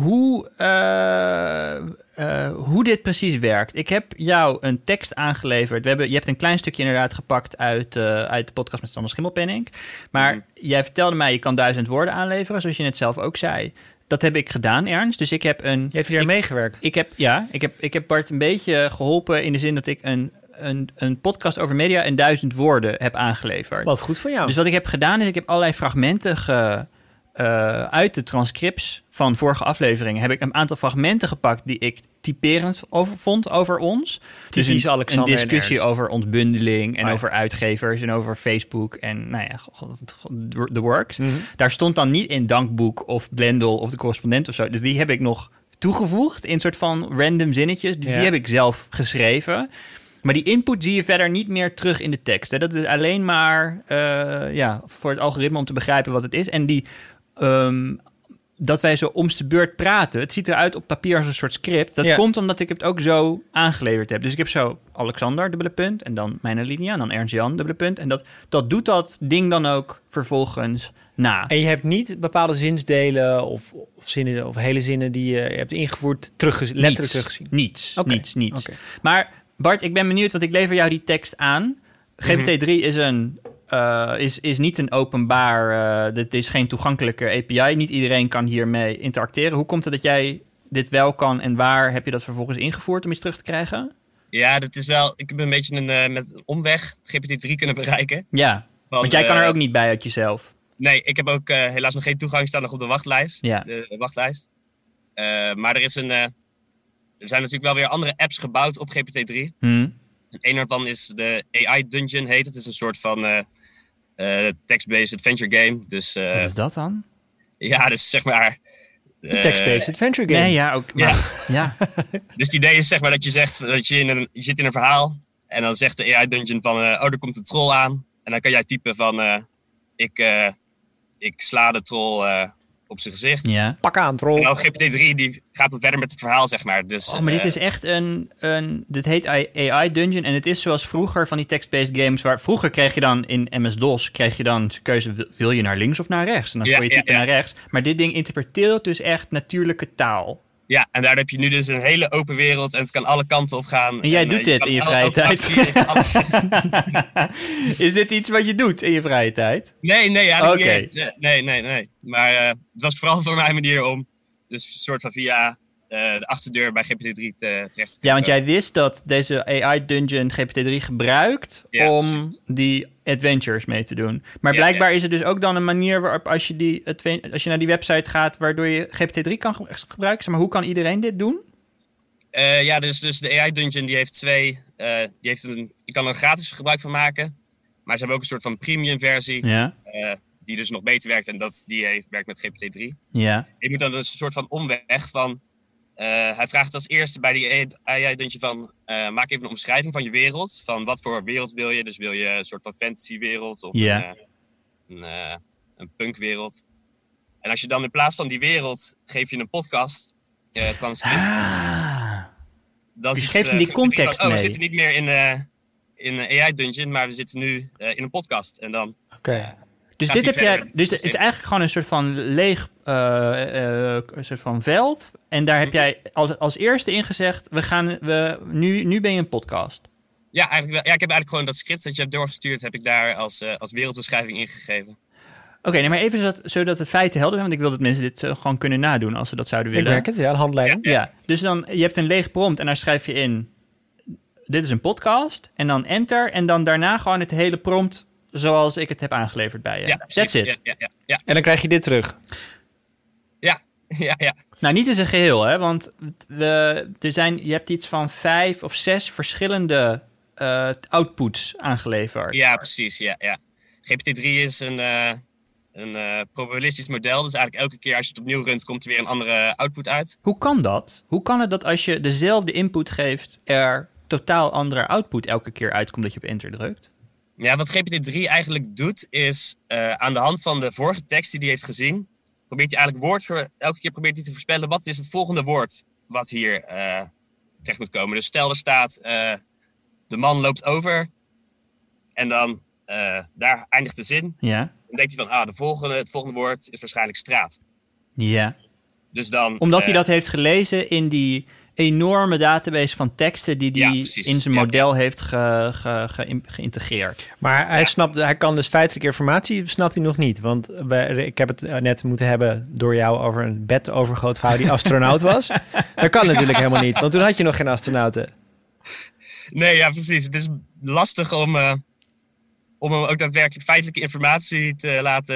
hoe dit precies werkt. Ik heb jou een tekst aangeleverd. Je hebt een klein stukje inderdaad gepakt uit de podcast met Sander Schimmelpenninck. Maar jij vertelde mij, je kan 1000 woorden aanleveren, zoals je net zelf ook zei. Dat heb ik gedaan, Ernst. Dus ik heb Je hebt hier meegewerkt? Ik heb Bart een beetje geholpen in de zin dat ik een podcast over media in 1000 woorden heb aangeleverd. Wat goed van jou. Dus wat ik heb gedaan is, ik heb allerlei fragmenten uit de transcripts van vorige afleveringen heb ik een aantal fragmenten gepakt die ik typerend vond over ons. Typisch dus Alexander een discussie en Ernst. over ontbundeling en over uitgevers en over Facebook en nou ja, the works. Mm-hmm. Daar stond dan niet in Dankboek of Blendel of de Correspondent of zo. Dus die heb ik nog toegevoegd in een soort van random zinnetjes. Dus die heb ik zelf geschreven. Maar die input zie je verder niet meer terug in de tekst. Hè. Dat is alleen maar voor het algoritme om te begrijpen wat het is. En dat wij zo om's de beurt praten. Het ziet eruit op papier als een soort script. Dat komt omdat ik het ook zo aangeleverd heb. Dus ik heb zo Alexander, dubbele punt. En dan mijn alinea. En dan Ernst-Jan, dubbele punt. En dat doet dat ding dan ook vervolgens na. En je hebt niet bepaalde zinsdelen of zinnen of hele zinnen die je hebt ingevoerd letterlijk teruggezien? Niets. Okay. Niets. Okay. Maar Bart, ik ben benieuwd, want ik lever jou die tekst aan. GPT-3 is niet een openbaar... dit is geen toegankelijke API. Niet iedereen kan hiermee interacteren. Hoe komt het dat jij dit wel kan en waar heb je dat vervolgens ingevoerd om iets terug te krijgen? Ja, dat is wel... Ik heb een beetje met een omweg GPT-3 kunnen bereiken. Ja, want jij kan er ook niet bij uit jezelf. Nee, ik heb ook helaas nog geen toegang, staan nog op de wachtlijst. Ja. De wachtlijst. Maar er zijn natuurlijk wel weer andere apps gebouwd op GPT-3. Een daarvan is de AI Dungeon heet. Het is een soort van text-based adventure game. Dus, wat is dat dan? Ja, dus zeg maar... Een text-based adventure game. Nee, ja, ook. Maar, ja. Dus het idee is zeg maar dat je zegt dat je zit in een verhaal. En dan zegt de AI Dungeon van, er komt een troll aan. En dan kan jij typen van, ik sla de troll op zijn gezicht. Ja. Pak aan, troll. En dan GPT-3 die gaat dan verder met het verhaal, zeg maar. Dus, Oh, maar dit is echt dit heet AI Dungeon en het is zoals vroeger van die text-based games waar vroeger kreeg je dan in MS-DOS kreeg je dan de keuze wil je naar links of naar rechts en dan kon je typen naar rechts. Maar dit ding interpreteert dus echt natuurlijke taal. Ja, en daar heb je nu dus een hele open wereld en het kan alle kanten op gaan. En jij doet dit in je vrije tijd? Is dit iets wat je doet in je vrije tijd? Nee, eigenlijk Oké. niet. Nee. Maar het was vooral voor mij een manier om dus een soort van via de achterdeur bij GPT-3 terecht te komen. Ja, want jij wist dat deze AI Dungeon GPT-3 gebruikt om die adventures mee te doen. Maar blijkbaar is er dus ook dan een manier waarop als je naar die website gaat, waardoor je GPT-3 kan gebruiken. Zeg maar hoe kan iedereen dit doen? Dus de AI Dungeon die heeft je kan er gratis gebruik van maken. Maar ze hebben ook een soort van premium versie. Ja. Die dus nog beter werkt en werkt met GPT-3. Ja. Je moet dan dus een soort van omweg van... hij vraagt als eerste bij die AI Dungeon van... maak even een omschrijving van je wereld. Van wat voor wereld wil je? Dus wil je een soort van fantasywereld of een punkwereld? En als je dan in plaats van die wereld... geef je een podcast transcript. Dan dus geeft hem die context mee. We zitten niet meer in een AI Dungeon... maar we zitten nu in een podcast. En dan... Oké. Dus dit heb jij. Dus het is eigenlijk gewoon een soort van leeg een soort van veld. En daar heb jij als eerste in gezegd: nu ben je een podcast. Ja, eigenlijk wel. Ja, ik heb eigenlijk gewoon dat script dat je hebt doorgestuurd, heb ik daar als wereldbeschrijving ingegeven. Oké, maar even zodat de feiten helder zijn, want ik wil dat mensen dit gewoon kunnen nadoen als ze dat zouden willen. Ik merk het, ja, een handleiding. Ja, dus dan je hebt een leeg prompt en daar schrijf je in: dit is een podcast. En dan enter. En dan daarna gewoon het hele prompt zoals ik het heb aangeleverd bij je. Ja, that's it. Ja. En dan krijg je dit terug. Ja. Nou, niet in zijn geheel, hè? Want je hebt iets van 5 of 6 verschillende outputs aangeleverd. Ja, precies. Ja. GPT-3 is een probabilistisch model. Dus eigenlijk elke keer als je het opnieuw runt, komt er weer een andere output uit. Hoe kan dat? Hoe kan het dat als je dezelfde input geeft, er totaal andere output elke keer uitkomt dat je op enter drukt? Ja, wat GPT-3 eigenlijk doet, is aan de hand van de vorige tekst die hij heeft gezien, probeert hij eigenlijk elke keer probeert hij te voorspellen wat is het volgende woord wat hier terecht moet komen. Dus stel er staat, de man loopt over en dan daar eindigt de zin. Ja. Dan denkt hij van, het volgende woord is waarschijnlijk straat. Ja. Dus dan, omdat hij dat heeft gelezen in die enorme database van teksten die hij in zijn model heeft geïntegreerd. Maar hij kan dus feitelijke informatie, snapt hij nog niet. Want ik heb het net moeten hebben door jou over een bedovergrootvrouw die astronaut was. Dat kan natuurlijk helemaal niet, want toen had je nog geen astronauten. Nee, ja, precies. Het is lastig om hem ook daadwerkelijk feitelijke informatie te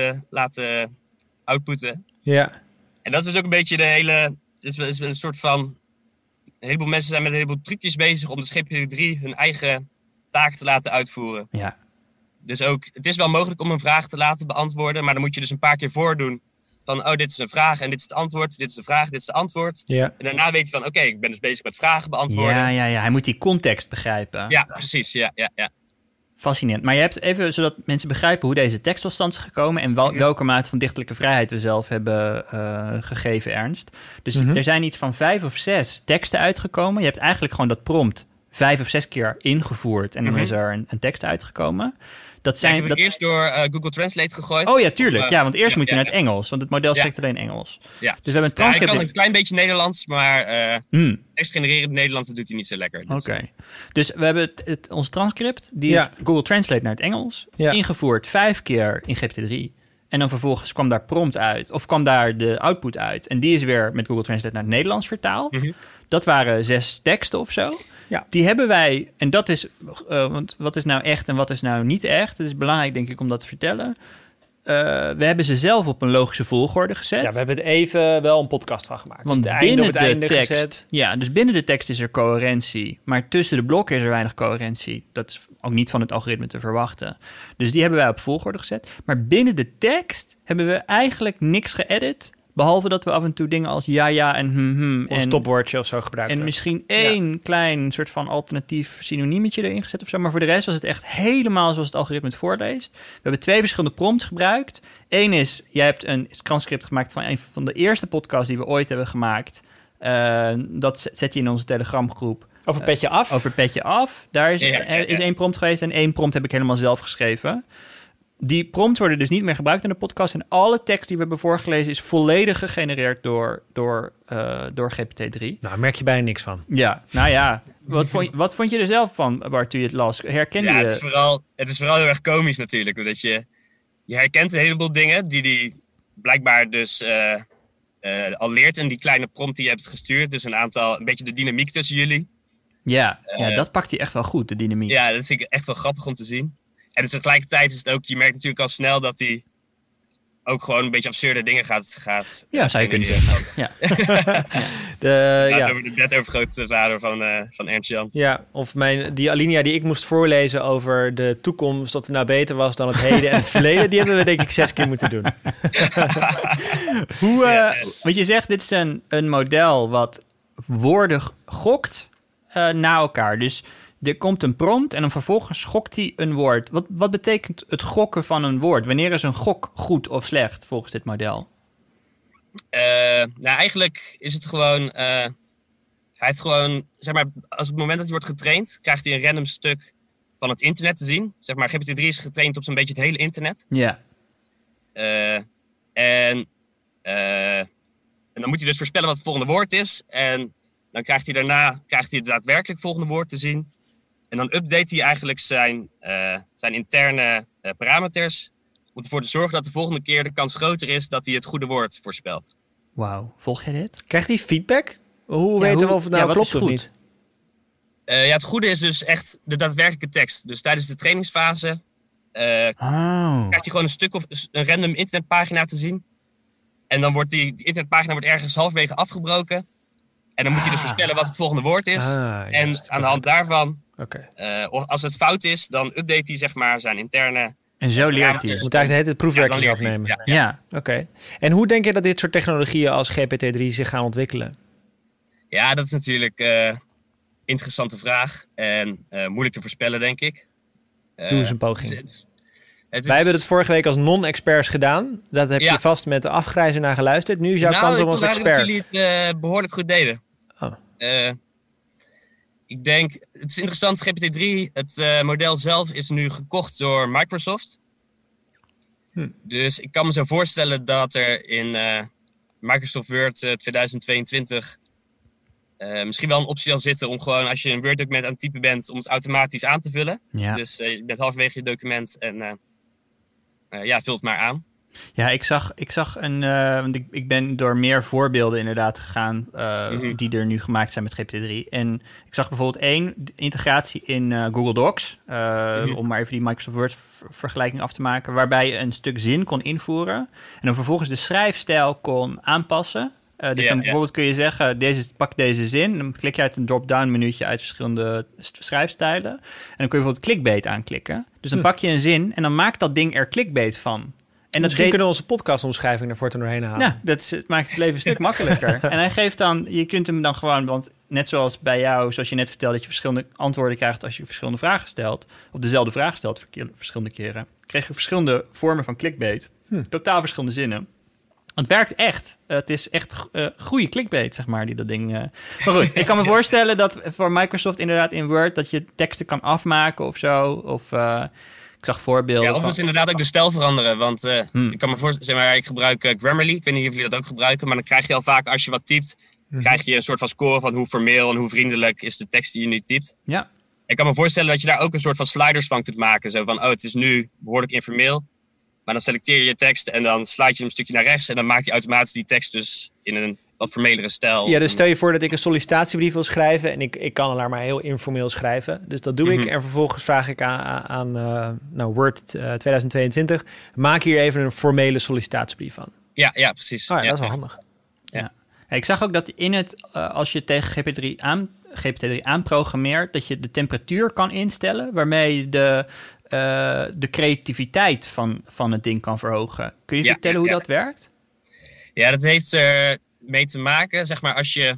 laten outputten. Ja. En dat is ook een beetje het is een soort van... Een heleboel mensen zijn met een heleboel trucjes bezig om de GPT-3 hun eigen taak te laten uitvoeren. Ja. Dus ook, het is wel mogelijk om een vraag te laten beantwoorden, maar dan moet je dus een paar keer voordoen van, dit is een vraag en dit is het antwoord, dit is de vraag, dit is het antwoord. Ja. En daarna weet je van, oké, ik ben dus bezig met vragen beantwoorden. Ja, hij moet die context begrijpen. Ja, precies, ja. Fascinerend. Maar je hebt even, zodat mensen begrijpen hoe deze tekst tot stand is gekomen en welke mate van dichtelijke vrijheid we zelf hebben gegeven, Ernst. Dus er zijn iets van 5 of 6 teksten uitgekomen. Je hebt eigenlijk gewoon dat prompt 5 of 6 keer ingevoerd en dan is er een tekst uitgekomen. Ik heb het eerst door Google Translate gegooid. Oh ja, tuurlijk. Want eerst moet je naar het Engels, want het model spreekt alleen Engels. Ja. Dus we hebben een transcript. Hij kan een klein beetje Nederlands, maar tekst genereren in Nederlands, dat doet hij niet zo lekker. Dus. Oké. Dus we hebben ons transcript, die is Google Translate naar het Engels, ingevoerd 5 keer in GPT-3. En dan vervolgens kwam daar prompt uit, of kwam daar de output uit. En die is weer met Google Translate naar het Nederlands vertaald. Mm-hmm. Dat waren 6 teksten of zo. Ja. Die hebben wij, en dat is, want wat is nou echt en wat is nou niet echt? Het is belangrijk, denk ik, om dat te vertellen. We hebben ze zelf op een logische volgorde gezet. Ja, we hebben het even wel een podcast van gemaakt. Want dus binnen het einde de tekst, gezet. Ja, dus binnen de tekst is er coherentie. Maar tussen de blokken is er weinig coherentie. Dat is ook niet van het algoritme te verwachten. Dus die hebben wij op volgorde gezet. Maar binnen de tekst hebben we eigenlijk niks geëdit. Behalve dat we af en toe dingen als ja en Of een stopwoordje of zo gebruiken. En misschien één klein soort van alternatief synoniemetje erin gezet of zo. Maar voor de rest was het echt helemaal zoals het algoritme het voorleest. We hebben 2 verschillende prompts gebruikt. Eén is, jij hebt een transcript gemaakt van een van de eerste podcasts die we ooit hebben gemaakt. Dat zet je in onze Telegramgroep. Over Petje Af. Over Petje Af. Daar is, is 1 prompt geweest en 1 prompt heb ik helemaal zelf geschreven. Die prompts worden dus niet meer gebruikt in de podcast. En alle tekst die we hebben voorgelezen is volledig gegenereerd door GPT-3. Nou, merk je bijna niks van. Ja, nou ja. Wat vond je er zelf van, Bart, toen je het las? Herkende je? Het is vooral heel erg komisch natuurlijk. Dat je herkent een heleboel dingen die blijkbaar dus al leert in die kleine prompt die je hebt gestuurd. Dus een beetje de dynamiek tussen jullie. Ja, dat pakt hij echt wel goed, de dynamiek. Ja, dat vind ik echt wel grappig om te zien. En tegelijkertijd is het ook, je merkt natuurlijk al snel dat hij ook gewoon een beetje absurde dingen gaat ja, zou je kunnen zeggen. Ja. Over de betovergrote vader van Ernst-Jan. Ja, of die alinea die ik moest voorlezen over de toekomst, dat het nou beter was dan het heden en het verleden, die hebben we denk ik 6 keer moeten doen. Want je zegt, dit is een model wat woorden gokt na elkaar. Dus er komt een prompt en dan vervolgens gokt hij een woord. Wat betekent het gokken van een woord? Wanneer is een gok goed of slecht volgens dit model? Eigenlijk is het gewoon... hij heeft gewoon, zeg maar, als op het moment dat hij wordt getraind, krijgt hij een random stuk van het internet te zien. Zeg maar, GPT-3 is getraind op zo'n beetje het hele internet. Ja. En dan moet hij dus voorspellen wat het volgende woord is. En dan krijgt hij daarna het daadwerkelijk volgende woord te zien. En dan update hij eigenlijk zijn interne parameters. Om ervoor te zorgen dat de volgende keer de kans groter is dat hij het goede woord voorspelt. Wauw, volg je dit? Krijgt hij feedback? Hoe weten we of het nou klopt of niet? Het goede is dus echt de daadwerkelijke tekst. Dus tijdens de trainingsfase krijgt hij gewoon een stuk of een random internetpagina te zien. En dan wordt die internetpagina ergens halverwege afgebroken. En dan moet hij dus voorspellen wat het volgende woord is. En aan de hand daarvan, of als het fout is, dan update hij zeg maar zijn interne... En zo leert hij. Je moet eigenlijk het proefwerkjes afnemen. Ja. Oké. En hoe denk je dat dit soort technologieën als GPT-3 zich gaan ontwikkelen? Ja, dat is natuurlijk een interessante vraag. En moeilijk te voorspellen, denk ik. Doe eens een poging. Wij hebben het vorige week als non-experts gedaan. Dat heb je vast met de afgrijzer naar geluisterd. Nu is jouw kans om als expert. Ik denk dat jullie het behoorlijk goed deden. Ik denk, het is interessant, GPT-3, het model zelf is nu gekocht door Microsoft. Dus ik kan me zo voorstellen dat er in Microsoft Word 2022 misschien wel een optie zal zitten om gewoon, als je een Word-document aan het typen bent, om het automatisch aan te vullen. Ja. Dus je bent halverwege je document en vul het maar aan. Ja, ik zag want ik ben door meer voorbeelden inderdaad gegaan die er nu gemaakt zijn met GPT-3. En ik zag bijvoorbeeld 1 integratie in Google Docs, om maar even die Microsoft Word vergelijking af te maken, waarbij je een stuk zin kon invoeren en dan vervolgens de schrijfstijl kon aanpassen. Dan bijvoorbeeld kun je zeggen, pak deze zin, dan klik je uit een drop-down menuutje uit verschillende schrijfstijlen en dan kun je bijvoorbeeld clickbait aanklikken. Dus dan pak je een zin en dan maakt dat ding er clickbait van. En misschien kunnen we onze podcastomschrijving ervoor ten doorheen halen. Nou, het maakt het leven een stuk makkelijker. En hij geeft dan, je kunt hem dan gewoon, want net zoals bij jou, zoals je net vertelde, dat je verschillende antwoorden krijgt als je verschillende vragen stelt, of dezelfde vraag stelt verschillende keren, krijg je verschillende vormen van clickbait. Totaal verschillende zinnen. Het werkt echt. Het is echt goede clickbait, zeg maar, die dat ding... Maar goed, ik kan me voorstellen dat voor Microsoft inderdaad in Word dat je teksten kan afmaken of zo, of... Ik zag voorbeelden. Ja, of dus inderdaad ook de stijl veranderen. Want ik kan me voorstellen, zeg maar, ik gebruik Grammarly. Ik weet niet of jullie dat ook gebruiken. Maar dan krijg je al vaak, als je wat typt, krijg je een soort van score van hoe formeel en hoe vriendelijk is de tekst die je nu typt. Ja. Ik kan me voorstellen dat je daar ook een soort van sliders van kunt maken. Zo van, het is nu behoorlijk informeel. Maar dan selecteer je je tekst en dan slide je hem een stukje naar rechts. En dan maakt hij automatisch die tekst dus in een wat formelere stijl. Ja, dus stel je voor dat ik een sollicitatiebrief wil schrijven en ik kan er maar heel informeel schrijven. Dus dat doe ik. En vervolgens vraag ik aan Word 2022, maak hier even een formele sollicitatiebrief van. Ja, precies. Dat is wel handig. Ja. Ik zag ook dat in het, als je tegen GPT-3 aanprogrammeert, dat je de temperatuur kan instellen, waarmee je de creativiteit van het ding kan verhogen. Kun je vertellen hoe dat werkt? Ja, dat heeft er mee te maken, zeg maar, als je...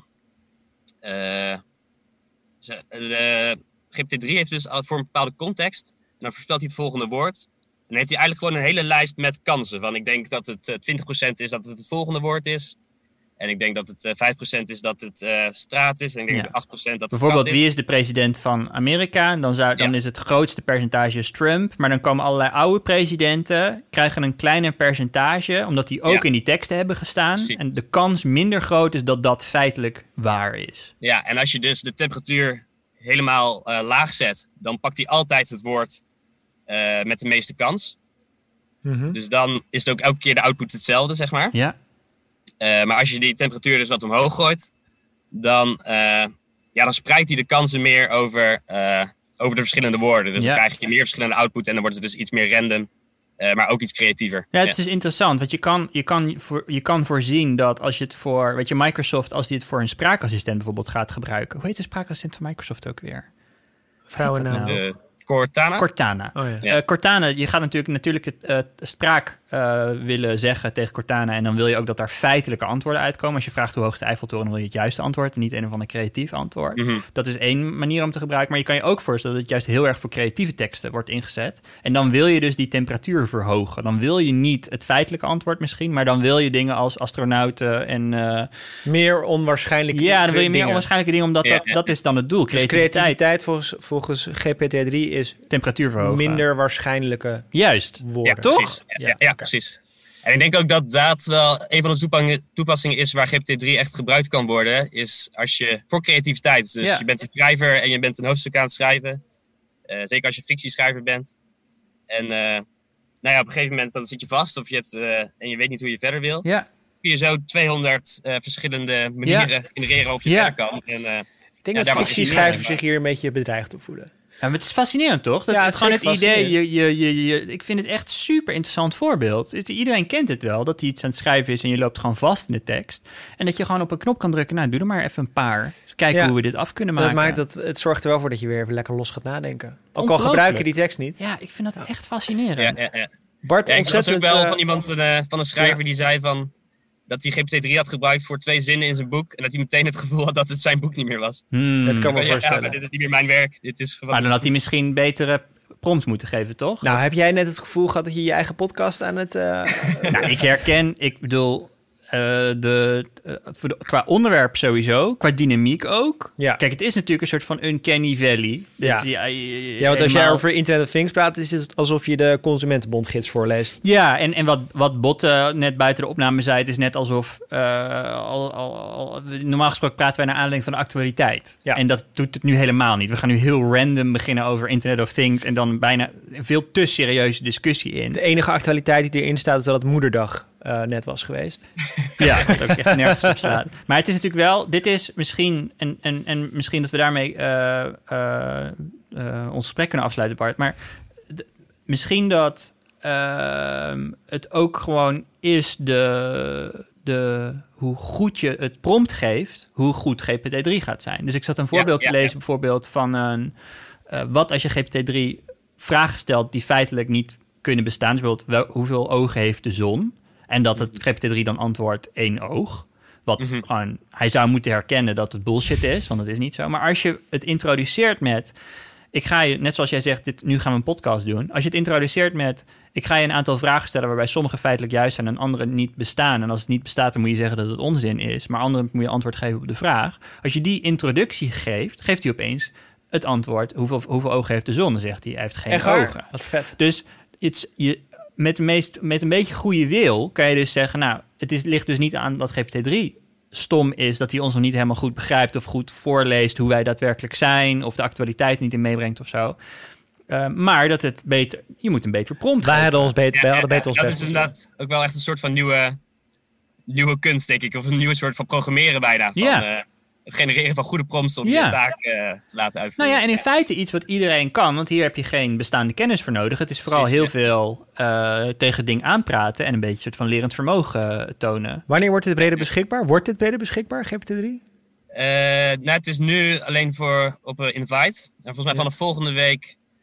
GPT-3 heeft dus voor een bepaalde context, en dan voorspelt hij het volgende woord. En dan heeft hij eigenlijk gewoon een hele lijst met kansen. Van ik denk dat het 20% is dat het volgende woord is. En ik denk dat het 5% is dat het straat is. En ik denk dat 8% dat het bijvoorbeeld, kat is. wie is de president van Amerika? Dan is het grootste percentage is Trump. Maar dan komen allerlei oude presidenten, krijgen een kleiner percentage, omdat die ook in die teksten hebben gestaan. Precies. En de kans minder groot is dat dat feitelijk waar is. Ja, en als je dus de temperatuur helemaal laag zet, dan pakt hij altijd het woord met de meeste kans. Mhm. Dus dan is het ook elke keer de output hetzelfde, zeg maar. Ja, Maar als je die temperatuur dus wat omhoog gooit, dan spreidt hij de kansen meer over de verschillende woorden. Dus dan krijg je meer verschillende output en dan wordt het dus iets meer random, maar ook iets creatiever. Ja, het is dus interessant, want je kan voorzien dat als je het voor, weet je, Microsoft, als die het voor een spraakassistent bijvoorbeeld gaat gebruiken. Hoe heet de spraakassistent van Microsoft ook weer? Vrouwennaam. Nou? Cortana? Cortana. Oh, ja. Cortana, je gaat natuurlijk het spraak willen zeggen tegen Cortana. En dan wil je ook dat daar feitelijke antwoorden uitkomen. Als je vraagt hoe hoog is de Eiffeltoren, dan wil je het juiste antwoord en niet een of ander creatief antwoord. Mm-hmm. Dat is één manier om te gebruiken. Maar je kan je ook voorstellen dat het juist heel erg voor creatieve teksten wordt ingezet. En dan wil je dus die temperatuur verhogen. Dan wil je niet het feitelijke antwoord misschien, maar dan wil je dingen als astronauten en... meer onwaarschijnlijke ja, dan wil je meer dingen. onwaarschijnlijke dingen, omdat dat is dan het doel. Dus creativiteit volgens GPT-3 is temperatuur verhogen. minder waarschijnlijke Juist. woorden. Ja, toch? precies. Ja, precies. En ik denk ook dat dat wel een van de toepassingen is waar GPT-3 echt gebruikt kan worden, is als je voor creativiteit. Dus je bent een schrijver en je bent een hoofdstuk aan het schrijven. Zeker als je fictieschrijver bent. En op een gegeven moment dan zit je vast of je hebt, en je weet niet hoe je verder wil. Ja. Kun je zo 200 verschillende manieren genereren waarop je verder kan. En, ik denk dat fictieschrijvers zich hier een beetje bedreigd op voelen. Ja, maar het is fascinerend, toch? Dat het gewoon het idee, ik vind het echt super interessant voorbeeld. Iedereen kent het wel, dat hij iets aan het schrijven is en je loopt gewoon vast in de tekst. En dat je gewoon op een knop kan drukken, nou, doe er maar even een paar. Dus kijken hoe we dit af kunnen maken. Het zorgt er wel voor dat je weer even lekker los gaat nadenken. Ook al gebruik je die tekst niet. Ja, ik vind dat echt fascinerend. Ja. Bart, ik was ook wel van iemand, van een schrijver die zei van dat hij GPT-3 had gebruikt voor 2 zinnen in zijn boek. En dat hij meteen het gevoel had dat het zijn boek niet meer was. Dat kan me voorstellen. Maar dit is niet meer mijn werk. Dit is gewoon... Maar dan had hij misschien betere prompts moeten geven, toch? Nou, heb jij net het gevoel gehad dat je je eigen podcast aan het... ik bedoel... qua onderwerp sowieso, qua dynamiek ook. Ja. Kijk, het is natuurlijk een soort van uncanny valley. Want als jij over Internet of Things praat, is het alsof je de Consumentenbondgids voorleest. Ja, en wat Botte net buiten de opname zei, het is net alsof... normaal gesproken praten wij naar aanleiding van de actualiteit. Ja. En dat doet het nu helemaal niet. We gaan nu heel random beginnen over Internet of Things en dan bijna een veel te serieuze discussie in. De enige actualiteit die erin staat is dat het Moederdag net was geweest. Ja, dat ook echt nergens op slaat. Maar het is natuurlijk wel, dit is misschien, en misschien dat we daarmee ons gesprek kunnen afsluiten, Bart, maar misschien dat het ook gewoon is hoe goed je het prompt geeft, hoe goed GPT-3 gaat zijn. Dus ik zat een voorbeeld te lezen, bijvoorbeeld van wat als je GPT-3 vragen stelt die feitelijk niet kunnen bestaan. Dus bijvoorbeeld, hoeveel ogen heeft de zon? En dat het GPT-3 dan antwoordt 1 oog. Wat gewoon, hij zou moeten herkennen dat het bullshit is, want dat is niet zo. Maar als je het introduceert met, ik ga je, net zoals jij zegt, nu gaan we een podcast doen. Als je het introduceert met, ik ga je een aantal vragen stellen waarbij sommige feitelijk juist zijn en andere niet bestaan. En als het niet bestaat, dan moet je zeggen dat het onzin is. Maar andere moet je antwoord geven op de vraag. Als je die introductie geeft hij opeens het antwoord, hoeveel ogen heeft de zon? Dan zegt hij heeft geen ogen. Wat vet. Dus met een beetje goede wil kan je dus zeggen, nou, ligt dus niet aan dat GPT-3 stom is, dat hij ons nog niet helemaal goed begrijpt of goed voorleest hoe wij daadwerkelijk zijn of de actualiteit niet in meebrengt of zo. Maar dat het beter, je moet een beter prompt geven. Wij hadden ons beter ons dat best. is inderdaad ook wel echt een soort van nieuwe kunst, denk ik. Of een nieuwe soort van programmeren bijna. Van, het genereren van goede prompts om je taak te laten uitvoeren. Nou ja, en in feite iets wat iedereen kan, want hier heb je geen bestaande kennis voor nodig. Het is vooral heel veel tegen het ding aanpraten en een beetje een soort van lerend vermogen tonen. Wanneer wordt dit breder beschikbaar? Wordt dit breder beschikbaar, GPT-3? Het is nu alleen op Invite. En volgens mij vanaf volgende week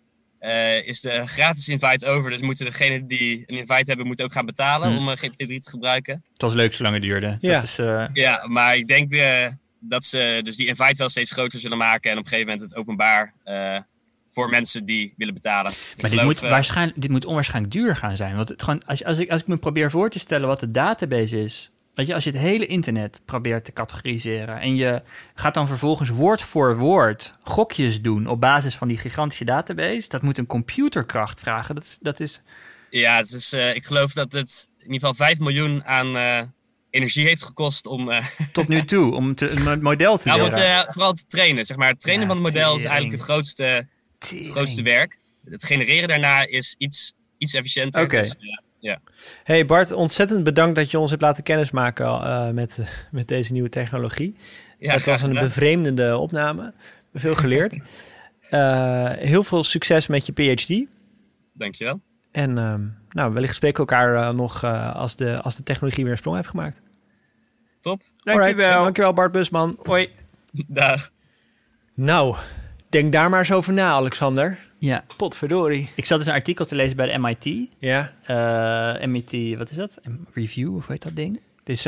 is de gratis invite over. Dus moeten degenen die een invite hebben, moeten ook gaan betalen om GPT-3 te gebruiken. Het was leuk zolang het duurde. Ja. Dat is, Ja, maar ik denk dat ze dus die invite wel steeds groter zullen maken. En op een gegeven moment het openbaar voor mensen die willen betalen. Maar dit moet onwaarschijnlijk duur gaan zijn. Want als ik me probeer voor te stellen wat de database is. Weet je, als je het hele internet probeert te categoriseren en je gaat dan vervolgens woord voor woord gokjes doen op basis van die gigantische database, dat moet een computerkracht vragen. Dat is... Ja, het is, ik geloof dat het in ieder geval 5 miljoen aan energie heeft gekost om... Tot nu toe, om een model te leren. Nou, vooral te trainen. Zeg maar. Het trainen van het model is eigenlijk het grootste werk. Het genereren daarna is iets efficiënter. Oké. Dus, ja. Hey Bart, ontzettend bedankt dat je ons hebt laten kennismaken met deze nieuwe technologie. Ja, het was een bevreemdende opname. Veel geleerd. Heel veel succes met je PhD. Dankjewel. En wellicht spreken we elkaar nog als de technologie weer een sprong heeft gemaakt. Top. Dankjewel Bart Busman. Hoi. Dag. Nou, denk daar maar eens over na, Alexander. Ja. Potverdorie. Ik zat dus een artikel te lezen bij de MIT. Ja. MIT, wat is dat? Review, of hoe heet dat ding? Het is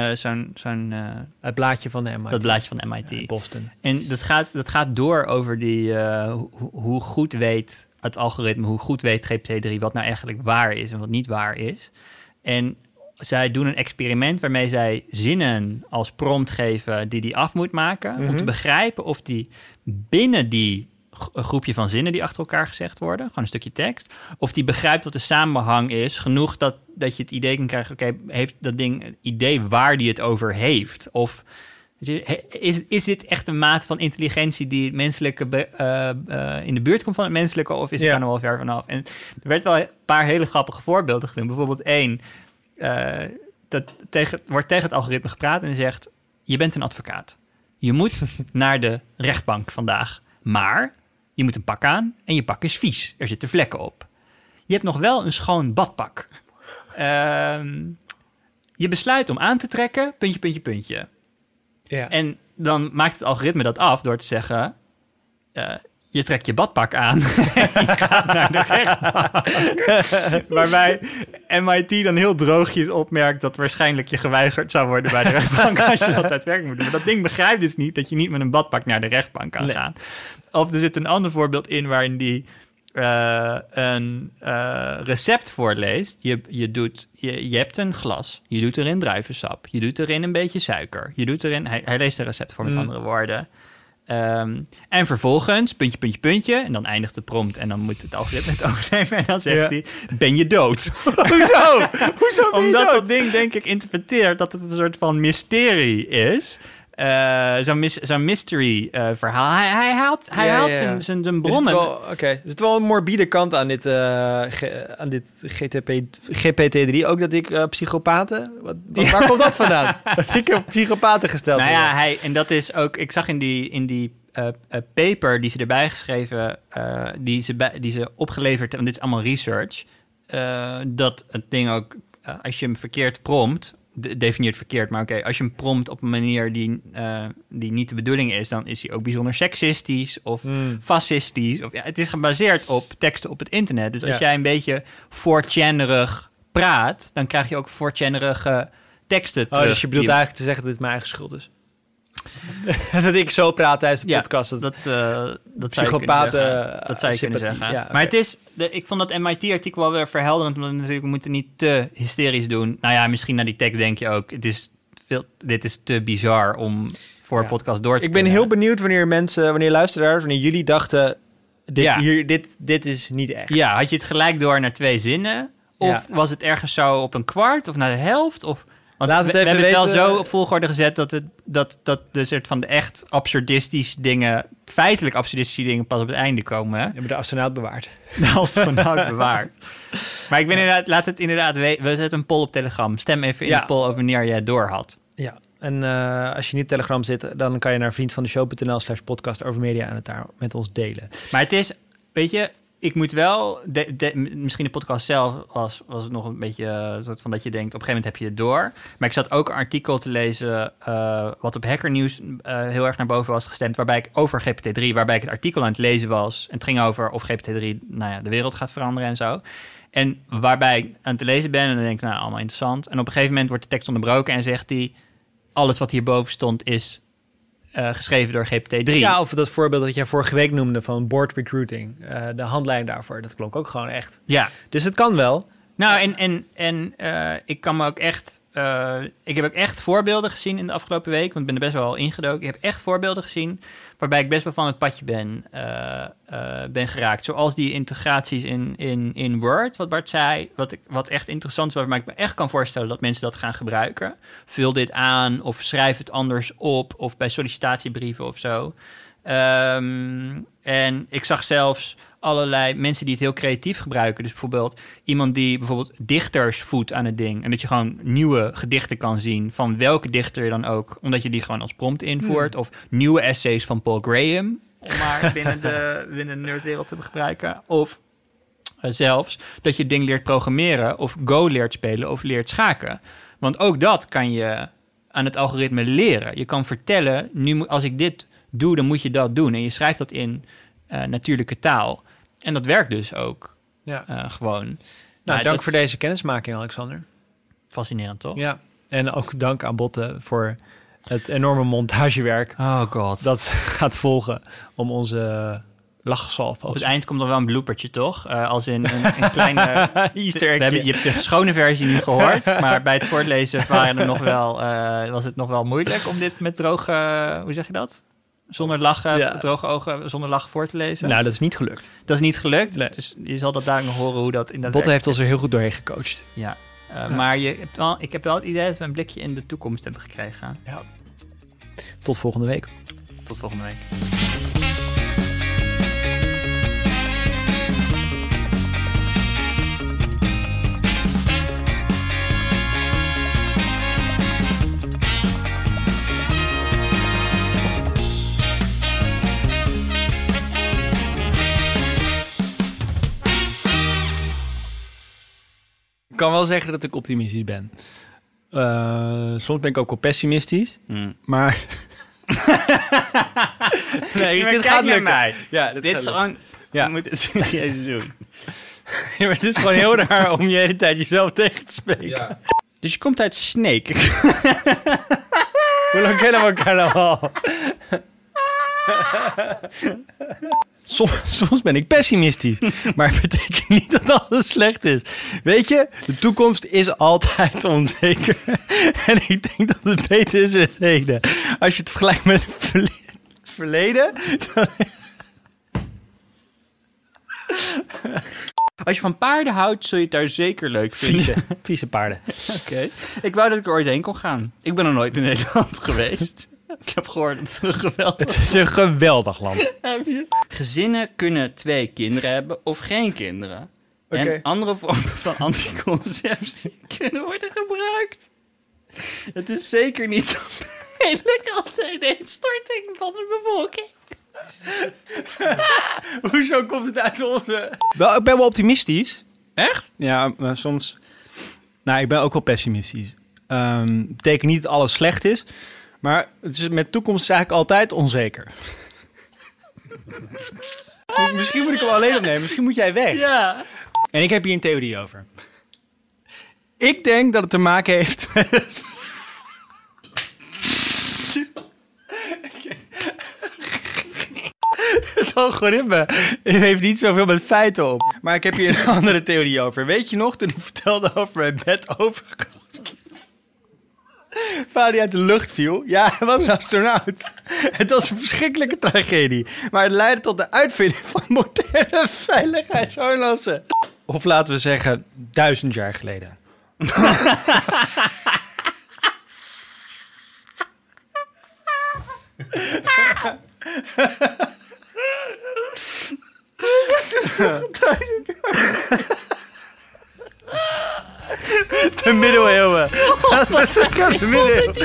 het blaadje van de MIT. Dat blaadje van de MIT. Boston. En dat gaat door over hoe goed weet het algoritme, hoe goed weet GPT-3 wat nou eigenlijk waar is en wat niet waar is. En zij doen een experiment waarmee zij zinnen als prompt geven die af moet maken, om te begrijpen of die binnen die groepje van zinnen die achter elkaar gezegd worden, gewoon een stukje tekst, of die begrijpt wat de samenhang is, genoeg dat je het idee kan krijgen, oké, heeft dat ding een idee waar die het over heeft? Of is dit echt een mate van intelligentie die het menselijke in de buurt komt van het menselijke, of is het daar nog wel ver vanaf? En er werd wel een paar hele grappige voorbeelden genoemd. Bijvoorbeeld één, wordt tegen het algoritme gepraat en zegt, je bent een advocaat. Je moet naar de rechtbank vandaag, maar je moet een pak aan en je pak is vies. Er zitten vlekken op. Je hebt nog wel een schoon badpak. Je besluit om aan te trekken, puntje. Ja. En dan maakt het algoritme dat af door te zeggen, je trekt je badpak aan en je gaat naar de rechtbank. Waarbij MIT dan heel droogjes opmerkt dat waarschijnlijk je geweigerd zou worden bij de rechtbank als je dat daadwerkelijk moet doen. Maar dat ding begrijpt dus niet dat je niet met een badpak naar de rechtbank kan gaan. Of er zit een ander voorbeeld in waarin die een recept voorleest. Je hebt een glas, je doet erin druivensap, je doet erin een beetje suiker, je doet erin... Hij leest een recept voor met andere woorden. En vervolgens, puntje, en dan eindigt de prompt en dan moet het algoritme het overnemen en dan zegt hij, ben je dood? Hoezo? Omdat dat ding, denk ik, interpreteert dat het een soort van mysterie is. Zo'n mystery verhaal. Hij haalt zijn bronnen. Er zit wel een morbide kant aan dit GPT-3. Ook dat ik psychopaten... Waar komt dat vandaan? Dat ik op psychopaten gesteld nou ja, en dat is ook... Ik zag in die paper die ze erbij geschreven... die ze opgeleverd hebben... Want dit is allemaal research... dat het ding ook... als je hem verkeerd prompt... definieert verkeerd, maar oké, als je hem prompt op een manier die niet de bedoeling is, dan is hij ook bijzonder seksistisch of fascistisch. Of, het is gebaseerd op teksten op het internet. Dus als jij een beetje 4channerig praat, dan krijg je ook 4channerige teksten terug. Dus je bedoelt eigenlijk te zeggen dat dit mijn eigen schuld is? Dat ik zo praat tijdens de podcast. Dat psychopaten... Dat zou je kunnen zeggen. Ja, maar het is... Ik vond dat MIT-artikel wel weer verhelderend, omdat natuurlijk, we moeten niet te hysterisch doen. Nou ja, misschien naar die tekst denk je ook, dit is te bizar om voor een podcast door te kunnen. Ik ben heel benieuwd wanneer luisteraars, wanneer jullie dachten, dit is niet echt. Ja, had je het gelijk door naar 2 zinnen? Of was het ergens zo op een kwart of naar de helft? Of... Want we hebben het wel zo op volgorde gezet dat de soort van de echt absurdistische dingen, feitelijk absurdistische dingen pas op het einde komen. Hè? We hebben de astronaut bewaard. De astronaut bewaard. Maar ik ben inderdaad, laat het inderdaad weten. We zetten een poll op Telegram. Stem even in de poll over wanneer jij het door had. Ja, en als je niet op Telegram zit, dan kan je naar vriendvandeshow.nl/podcast over media en het daar met ons delen. Maar het is, weet je, ik moet wel... misschien de podcast zelf was het nog een beetje... soort van dat je denkt, op een gegeven moment heb je het door. Maar ik zat ook een artikel te lezen... wat op Hacker News heel erg naar boven was gestemd... waarbij ik over GPT-3... waarbij ik het artikel aan het lezen was... en het ging over of GPT-3 de wereld gaat veranderen en zo... En waarbij ik aan het lezen ben en dan denk ik, allemaal interessant. En op een gegeven moment wordt de tekst onderbroken en zegt hij... alles wat hierboven stond is geschreven door GPT-3. Ja, of dat voorbeeld dat jij vorige week noemde van board recruiting. De handleiding daarvoor, dat klonk ook gewoon echt. Ja. Dus het kan wel. Nou, en ik kan me ook echt... ik heb ook echt voorbeelden gezien in de afgelopen week... want ik ben er best wel ingedoken. Ik heb echt voorbeelden gezien... waarbij ik best wel van het padje ben geraakt. Zoals die integraties in Word, wat Bart zei... wat echt interessant is, waarbij ik me echt kan voorstellen... dat mensen dat gaan gebruiken. Vul dit aan of schrijf het anders op... of bij sollicitatiebrieven of zo. En ik zag zelfs allerlei mensen die het heel creatief gebruiken. Dus bijvoorbeeld iemand die bijvoorbeeld dichters voedt aan het ding. En dat je gewoon nieuwe gedichten kan zien van welke dichter dan ook. Omdat je die gewoon als prompt invoert. Of nieuwe essays van Paul Graham. Om maar binnen de nerdwereld te gebruiken. Of zelfs dat je het ding leert programmeren. Of Go leert spelen of leert schaken. Want ook dat kan je aan het algoritme leren. Je kan vertellen, nu als ik dit doe, dan moet je dat doen. En je schrijft dat in natuurlijke taal. En dat werkt dus ook gewoon. Nou, dank voor deze kennismaking, Alexander. Fascinerend, toch? Ja, en ook dank aan Botte voor het enorme montagewerk. Oh god. Dat gaat volgen om onze lachsalve. Op het eind komt er wel een bloopertje, toch? Als in een kleine Easter egg. Je hebt de schone versie nu gehoord, maar bij het voorlezen was het nog wel moeilijk om dit met droge, hoe zeg je dat? Zonder lachen, droge ogen, zonder lachen voor te lezen. Nou, dat is niet gelukt. Dat is niet gelukt. Nee. Dus je zal dat daar nog horen hoe dat inderdaad Botte heeft ons er heel goed doorheen gecoacht. Ja. Maar ik heb wel het idee dat we een blikje in de toekomst hebben gekregen. Ja. Tot volgende week. Tot volgende week. Ik kan wel zeggen dat ik optimistisch ben. Soms ben ik ook wel pessimistisch. Maar... nee, dit gaat lukken. Mij. Ja, dit is gewoon... Ja. Je moet het serieus doen. Ja, maar het is gewoon heel raar om je hele tijd jezelf tegen te spreken. Ja. Dus je komt uit Sneek. Hoe lang kennen we elkaar nou al? Soms ben ik pessimistisch, maar het betekent niet dat alles slecht is. Weet je, de toekomst is altijd onzeker. En ik denk dat het beter is in het heden. Als je het vergelijkt met het verleden... Dan... Als je van paarden houdt, zul je het daar zeker leuk vinden. Vieze paarden. Oké. Ik wou dat ik er ooit heen kon gaan. Ik ben nog nooit in Nederland geweest. Ik heb gehoord dat het geweldig is. Het is een geweldig land. Gezinnen kunnen 2 kinderen hebben of geen kinderen. Okay. En andere vormen van anticonceptie kunnen worden gebruikt. Het is zeker niet zo pijnlijk als de ineenstorting van de bevolking. Hoezo komt het uit onze... Wel, ik ben wel optimistisch. Echt? Ja, maar soms... Nou, ik ben ook wel pessimistisch. Betekent niet dat alles slecht is. Maar het is met toekomst eigenlijk altijd onzeker. Misschien moet ik hem alleen opnemen. Misschien moet jij weg. Ja. En ik heb hier een theorie over. Ik denk dat het te maken heeft met... Het algoritme heeft niet zoveel met feiten op. Maar ik heb hier een andere theorie over. Weet je nog, toen ik vertelde over mijn bed overgekomen? Vader die uit de lucht viel. Ja, hij was een astronaut. Het was een verschrikkelijke tragedie. Maar het leidde tot de uitvinding van moderne veiligheidsharnassen. Of laten we zeggen, 1000 jaar geleden. De middeleeuwen. Laten we terug naar de middeleeuwen.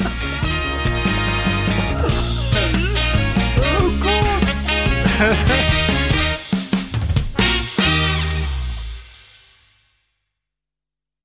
Oh god.